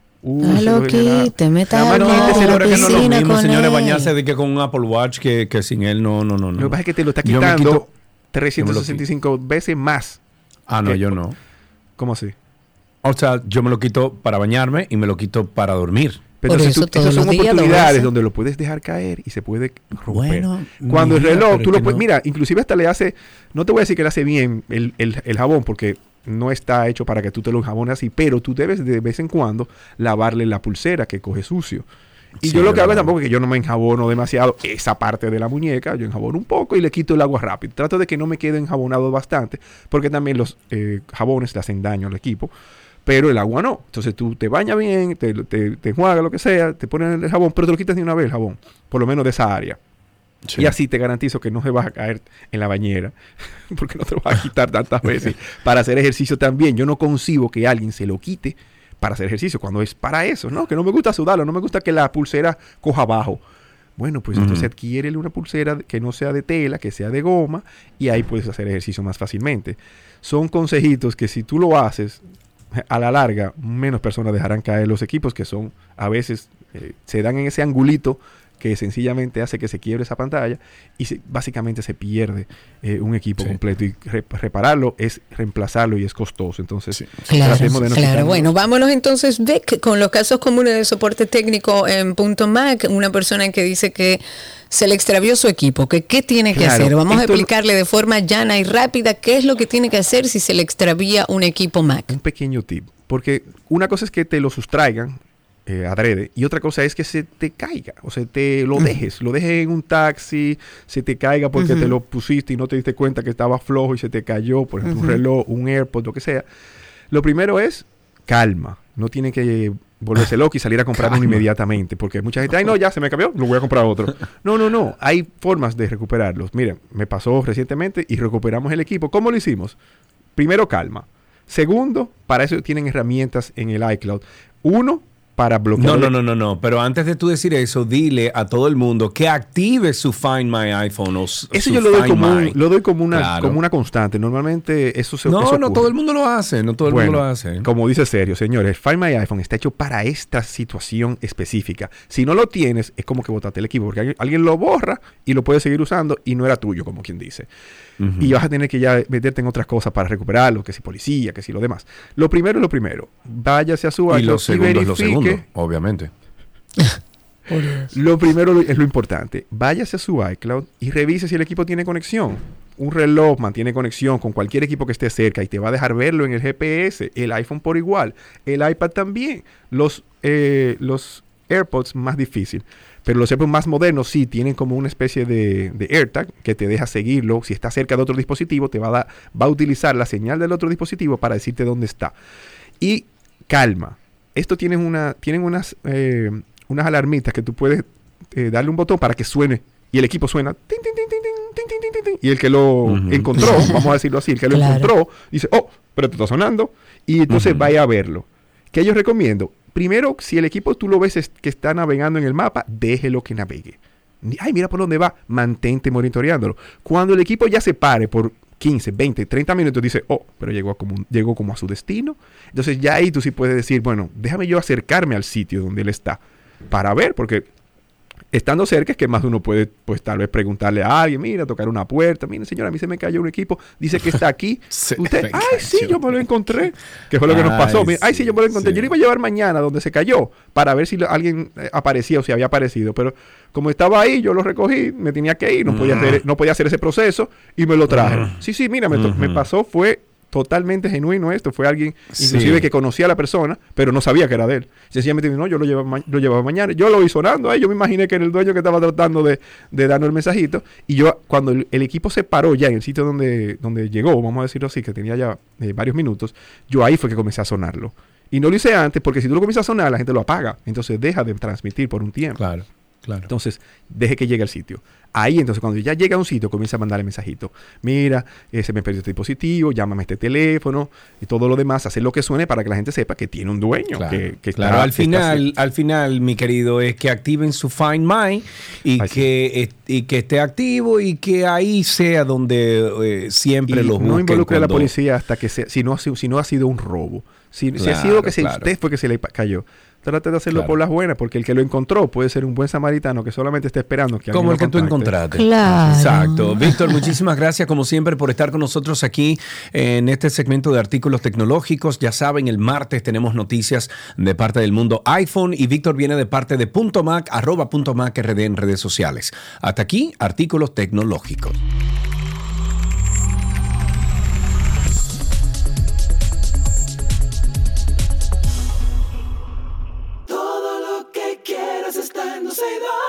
Te metas a la piscina, no es lo mismo, señores, bañarse de que con un Apple Watch que sin él, no. Lo que pasa es que te lo está quitando 365 veces más. Yo no. ¿Cómo así? O sea, yo me lo quito para bañarme y me lo quito para dormir. Pero esas son oportunidades donde lo puedes dejar caer y se puede romper. Cuando el reloj, tú lo puedes... Mira, inclusive hasta le hace... No te voy a decir que le hace bien el jabón, porque no está hecho para que tú te lo enjabones así, pero tú debes de vez en cuando lavarle la pulsera que coge sucio. Y yo lo que hago tampoco es que yo no me enjabono demasiado esa parte de la muñeca, yo enjabono un poco y le quito el agua rápido. Trato de que no me quede enjabonado bastante, porque también los jabones le hacen daño al equipo. Pero el agua no. Entonces tú te bañas bien, te enjuagas, lo que sea, te pones el jabón, pero te lo quitas de una vez el jabón, por lo menos de esa área. Sí. Y así te garantizo que no se vas a caer en la bañera, porque no te lo vas a quitar tantas veces. Para hacer ejercicio también, yo no concibo que alguien se lo quite para hacer ejercicio, cuando es para eso, ¿no? Que no me gusta sudarlo, no me gusta que la pulsera coja abajo. Bueno, pues entonces adquiérele una pulsera que no sea de tela, que sea de goma, y ahí puedes hacer ejercicio más fácilmente. Son consejitos que si tú lo haces... a la larga, menos personas dejarán caer los equipos, que son, a veces, se dan en ese angulito que sencillamente hace que se quiebre esa pantalla y básicamente se pierde un equipo completo. Y repararlo es reemplazarlo y es costoso. Entonces, tratemos de no quitarnos. Bueno, vámonos entonces, Vic, con los casos comunes de soporte técnico en .Mac. Una persona que dice que se le extravió su equipo, que qué tiene que hacer. Vamos a explicarle de forma llana y rápida qué es lo que tiene que hacer si se le extravía un equipo Mac. Un pequeño tip, porque una cosa es que te lo sustraigan adrede, y otra cosa es que se te caiga, o sea, te lo dejes en un taxi, se te caiga porque te lo pusiste y no te diste cuenta que estaba flojo y se te cayó, por ejemplo, un reloj, un AirPod, lo que sea. Lo primero es calma. No tiene que volverse loco y salir a comprar uno inmediatamente, porque mucha gente, ay no, ya se me cambió, lo voy a comprar otro. No, hay formas de recuperarlos. Miren, me pasó recientemente y recuperamos el equipo. ¿Cómo lo hicimos? Primero, calma. Segundo, para eso tienen herramientas en el iCloud. Uno, para bloquear. No. Pero antes de tú decir eso, dile a todo el mundo que active su Find My iPhone. Eso yo lo doy como una constante. Normalmente eso se ocurre. No todo el mundo lo hace. No todo el mundo lo hace. Como dice Sergio, señores, Find My iPhone está hecho para esta situación específica. Si no lo tienes, es como que botaste el equipo, porque alguien lo borra y lo puede seguir usando y no era tuyo, como quien dice. Y vas a tener que ya meterte en otras cosas para recuperarlo, que si policía, que si lo demás. Lo primero es lo primero. Váyase a su iCloud y lo segundo verifique. Es lo segundo, obviamente. Lo primero es lo importante. Váyase a su iCloud y revise si el equipo tiene conexión. Un reloj mantiene conexión con cualquier equipo que esté cerca y te va a dejar verlo en el GPS. El iPhone por igual. El iPad también. Los AirPods más difícil. Pero los AirPods más modernos sí tienen como una especie de AirTag que te deja seguirlo. Si está cerca de otro dispositivo, te va a utilizar la señal del otro dispositivo para decirte dónde está. Y calma. Esto tienen unas alarmitas que tú puedes darle un botón para que suene. Y el equipo suena. Tin, tin, tin, tin, tin, tin, tin, tin, tin, y el que lo encontró, vamos a decirlo así, el que lo encontró, dice, oh, pero te está sonando. Y entonces vaya a verlo. ¿Qué yo recomiendo? Primero, si el equipo tú lo ves que está navegando en el mapa, déjelo que navegue. Ay, mira por dónde va. Mantente monitoreándolo. Cuando el equipo ya se pare por 15, 20, 30 minutos, dice, oh, pero llegó como a su destino. Entonces ya ahí tú sí puedes decir, bueno, déjame yo acercarme al sitio donde él está para ver, porque estando cerca es que más de uno puede, pues tal vez preguntarle a alguien, mira, tocar una puerta, mire señora, a mí se me cayó un equipo, dice que está aquí. Usted, ay sí, yo me lo encontré, que fue lo que nos pasó. Mira, ay sí, yo me lo encontré, yo lo iba a llevar mañana donde se cayó, para ver si alguien aparecía o si había aparecido, pero como estaba ahí, yo lo recogí, me tenía que ir, no podía hacer ese proceso y me lo traje. Sí, mira, me pasó, fue totalmente genuino esto. Fue alguien, inclusive, que conocía a la persona, pero no sabía que era de él. Sencillamente, no, yo lo llevaba mañana. Yo lo vi sonando ahí. Yo me imaginé que era el dueño que estaba tratando de darnos el mensajito. Y yo, cuando el equipo se paró ya en el sitio donde llegó, vamos a decirlo así, que tenía ya varios minutos, yo ahí fue que comencé a sonarlo. Y no lo hice antes, porque si tú lo comienzas a sonar, la gente lo apaga. Entonces deja de transmitir por un tiempo. Claro. Entonces, deje que llegue al sitio. Ahí, entonces, cuando ya llega a un sitio, comienza a mandarle mensajito. Mira, se me perdió este dispositivo, llámame a este teléfono y todo lo demás. Hacer lo que suene para que la gente sepa que tiene un dueño. Claro, claro. Al final, mi querido, es que activen su Find My y que esté activo y que ahí sea donde siempre los busquen. No involucre a la policía hasta que sea, si no ha sido un robo. Si ha sido que usted fue que se le cayó. Trate de hacerlo por las buenas, porque el que lo encontró puede ser un buen samaritano que solamente está esperando que como el que tú encontraste. Claro. Exacto. Víctor, muchísimas gracias como siempre por estar con nosotros aquí en este segmento de artículos tecnológicos. Ya saben, el martes tenemos noticias de parte del mundo iPhone y Víctor viene de parte de @Mac RD en redes sociales. Hasta aquí, artículos tecnológicos. Está en 12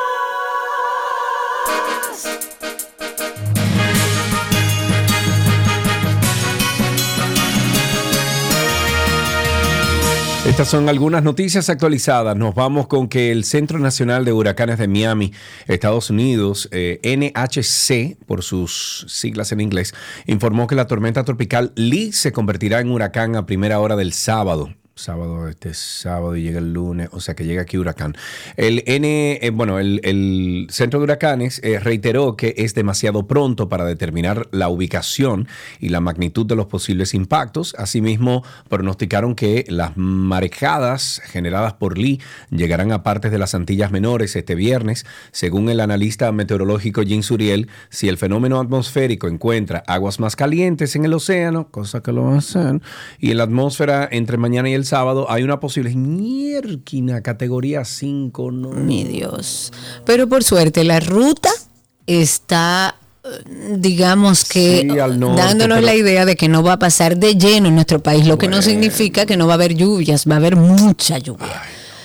Estas son algunas noticias actualizadas. Nos vamos con que el Centro Nacional de Huracanes de Miami, Estados Unidos, NHC, por sus siglas en inglés, informó que la tormenta tropical Lee se convertirá en huracán a primera hora del sábado y llega el lunes, o sea que llega aquí huracán. El Centro de Huracanes reiteró que es demasiado pronto para determinar la ubicación y la magnitud de los posibles impactos. Asimismo, pronosticaron que las marejadas generadas por Lee llegarán a partes de las Antillas Menores este viernes. Según el analista meteorológico Jim Suriel, si el fenómeno atmosférico encuentra aguas más calientes en el océano, cosa que lo hacen, y en la atmósfera entre mañana y el sábado hay una posible categoría 5. No. Mi Dios. Pero por suerte la ruta está, digamos que norte, dándonos la idea de que no va a pasar de lleno en nuestro país, lo que no significa que no va a haber lluvias, va a haber mucha lluvia.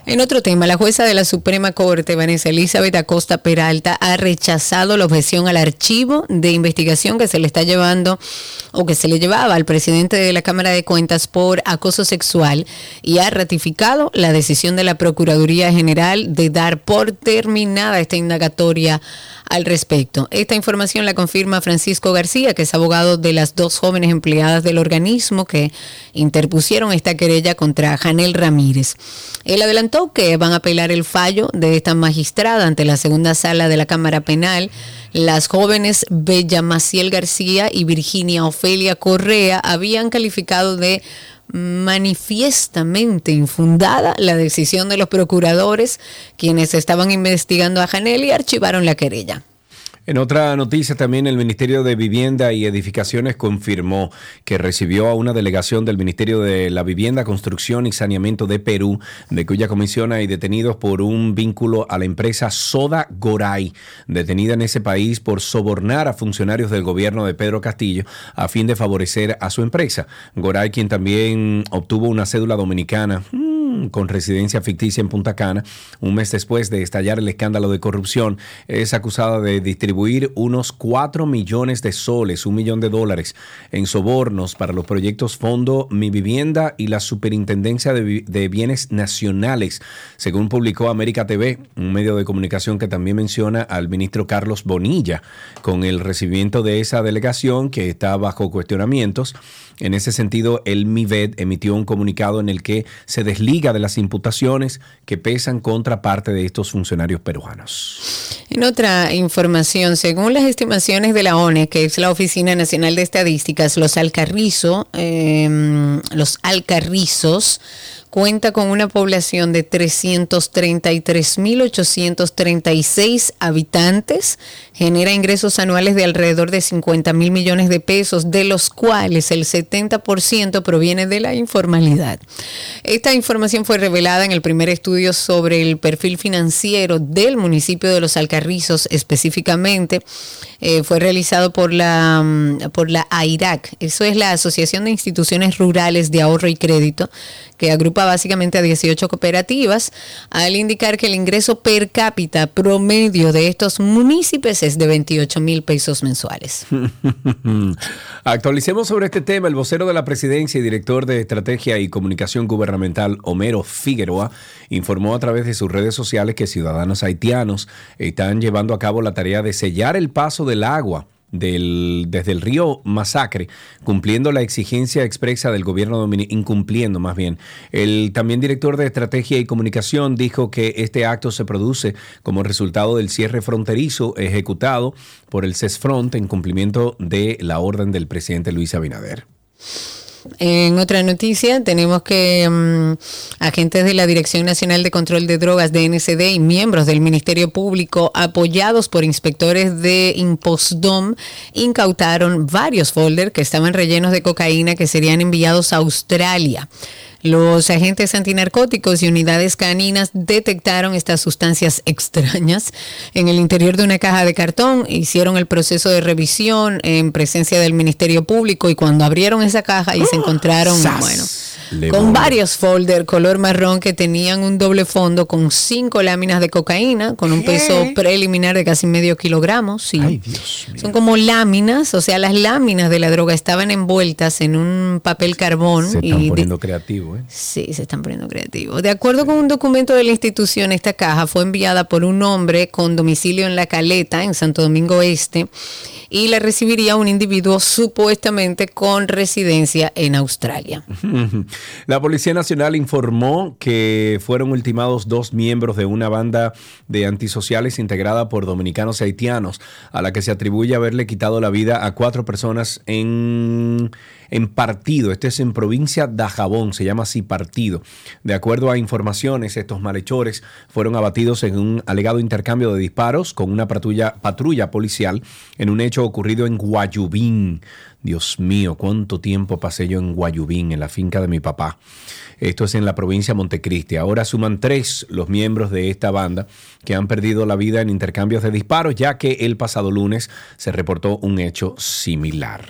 En otro tema, la jueza de la Suprema Corte, Vanessa Elizabeth Acosta Peralta, ha rechazado la objeción al archivo de investigación que se le está llevando o que se le llevaba al presidente de la Cámara de Cuentas por acoso sexual y ha ratificado la decisión de la Procuraduría General de dar por terminada esta indagatoria al respecto. Esta información la confirma Francisco García, que es abogado de las dos jóvenes empleadas del organismo que interpusieron esta querella contra Janel Ramírez. Él adelantó que van a apelar el fallo de esta magistrada ante la segunda sala de la Cámara Penal. Las jóvenes Bella Maciel García y Virginia Ofelia Correa habían calificado de manifiestamente infundada la decisión de los procuradores, quienes estaban investigando a Janel, y archivaron la querella. En otra noticia también, el Ministerio de Vivienda y Edificaciones confirmó que recibió a una delegación del Ministerio de la Vivienda, Construcción y Saneamiento de Perú, de cuya comisión hay detenidos por un vínculo a la empresa Soda Goray, detenida en ese país por sobornar a funcionarios del gobierno de Pedro Castillo a fin de favorecer a su empresa. Goray, quien también obtuvo una cédula dominicana con residencia ficticia en Punta Cana, un mes después de estallar el escándalo de corrupción, es acusada de distribuir unos 4 millones de soles, $1 millón, en sobornos para los proyectos Fondo Mi Vivienda y la Superintendencia de Bienes Nacionales, según publicó América TV, un medio de comunicación que también menciona al ministro Carlos Bonilla. Con el recibimiento de esa delegación, que está bajo cuestionamientos, en ese sentido, el MIVED emitió un comunicado en el que se desliga de las imputaciones que pesan contra parte de estos funcionarios peruanos. En otra información, según las estimaciones de la ONE, que es la Oficina Nacional de Estadísticas, los Alcarrizos cuenta con una población de 333.836 habitantes, genera ingresos anuales de alrededor de 50.000 millones de pesos, de los cuales el 70% proviene de la informalidad. Esta información fue revelada en el primer estudio sobre el perfil financiero del municipio de Los Alcarrizos, específicamente. Fue realizado por la AIRAC, eso es la Asociación de Instituciones Rurales de Ahorro y Crédito, que agrupa básicamente a 18 cooperativas, al indicar que el ingreso per cápita promedio de estos municipios es de 28.000 pesos mensuales. Actualicemos sobre este tema. El vocero de la presidencia y director de Estrategia y Comunicación Gubernamental, Homero Figueroa, informó a través de sus redes sociales que ciudadanos haitianos están llevando a cabo la tarea de sellar el paso del agua desde el río Masacre, cumpliendo la exigencia expresa del gobierno dominicano, incumpliendo más bien. El también director de Estrategia y Comunicación dijo que este acto se produce como resultado del cierre fronterizo ejecutado por el CESFRONT en cumplimiento de la orden del presidente Luis Abinader. En otra noticia, tenemos que agentes de la Dirección Nacional de Control de Drogas, DNCD, y miembros del Ministerio Público, apoyados por inspectores de Impostdom, incautaron varios folders que estaban rellenos de cocaína que serían enviados a Australia. Los agentes antinarcóticos y unidades caninas detectaron estas sustancias extrañas en el interior de una caja de cartón, hicieron el proceso de revisión en presencia del Ministerio Público y cuando abrieron esa caja y se encontraron, con varios folders color marrón que tenían un doble fondo con 5 láminas de cocaína con un peso preliminar de casi medio kilogramo. Sí. Ay, Dios mío. Son como láminas, o sea, las láminas de la droga estaban envueltas en un papel carbón. Se están poniendo creativos. Sí, se están poniendo creativos. De acuerdo con un documento de la institución, esta caja fue enviada por un hombre con domicilio en La Caleta, en Santo Domingo Este, y la recibiría un individuo supuestamente con residencia en Australia. La Policía Nacional informó que fueron ultimados 2 miembros de una banda de antisociales integrada por dominicanos y haitianos, a la que se atribuye haberle quitado la vida a 4 personas en Partido. Este es en provincia de Dajabón, se llama así Partido. De acuerdo a informaciones, estos malhechores fueron abatidos en un alegado intercambio de disparos con una patrulla policial en un hecho ocurrido en Guayubín. Dios mío, cuánto tiempo pasé yo en Guayubín, en la finca de mi papá. Esto es en la provincia de Montecristi. Ahora suman 3 los miembros de esta banda que han perdido la vida en intercambios de disparos, ya que el pasado lunes se reportó un hecho similar.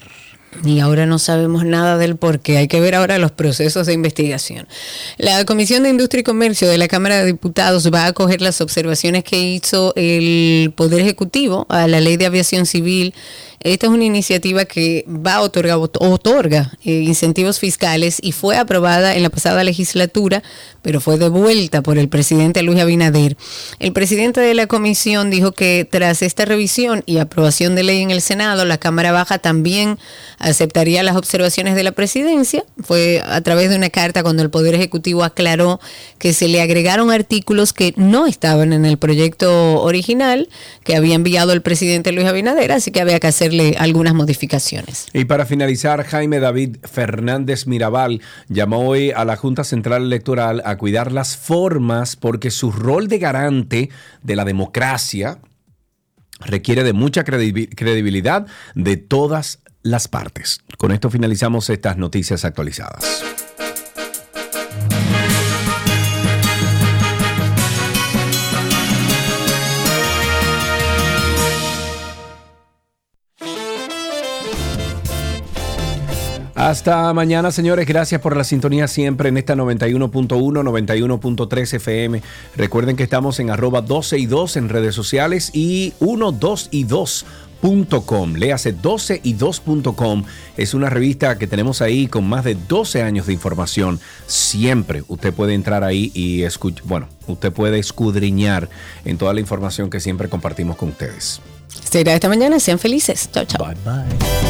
Y ahora no sabemos nada del por qué. Hay que ver ahora los procesos de investigación. La Comisión de Industria y Comercio de la Cámara de Diputados va a acoger las observaciones que hizo el Poder Ejecutivo a la Ley de Aviación Civil. Esta es una iniciativa que otorga incentivos fiscales y fue aprobada en la pasada legislatura, pero fue devuelta por el presidente Luis Abinader. El presidente de la comisión dijo que tras esta revisión y aprobación de ley en el Senado, la Cámara Baja también aceptaría las observaciones de la presidencia. Fue a través de una carta cuando el Poder Ejecutivo aclaró que se le agregaron artículos que no estaban en el proyecto original que había enviado el presidente Luis Abinader, así que había que hacerle algunas modificaciones. Y para finalizar, Jaime David Fernández Mirabal llamó hoy a la Junta Central Electoral a cuidar las formas porque su rol de garante de la democracia requiere de mucha credibilidad de todas las partes. Con esto finalizamos estas noticias actualizadas. Hasta mañana, señores. Gracias por la sintonía siempre en esta 91.1, 91.3 FM. Recuerden que estamos en @12y2 en redes sociales y 12y2.com. Léase 12y2.com. Es una revista que tenemos ahí con más de 12 años de información. Siempre usted puede entrar ahí y usted puede escudriñar en toda la información que siempre compartimos con ustedes. Será esta mañana. Sean felices. Chao, chao. Bye, bye.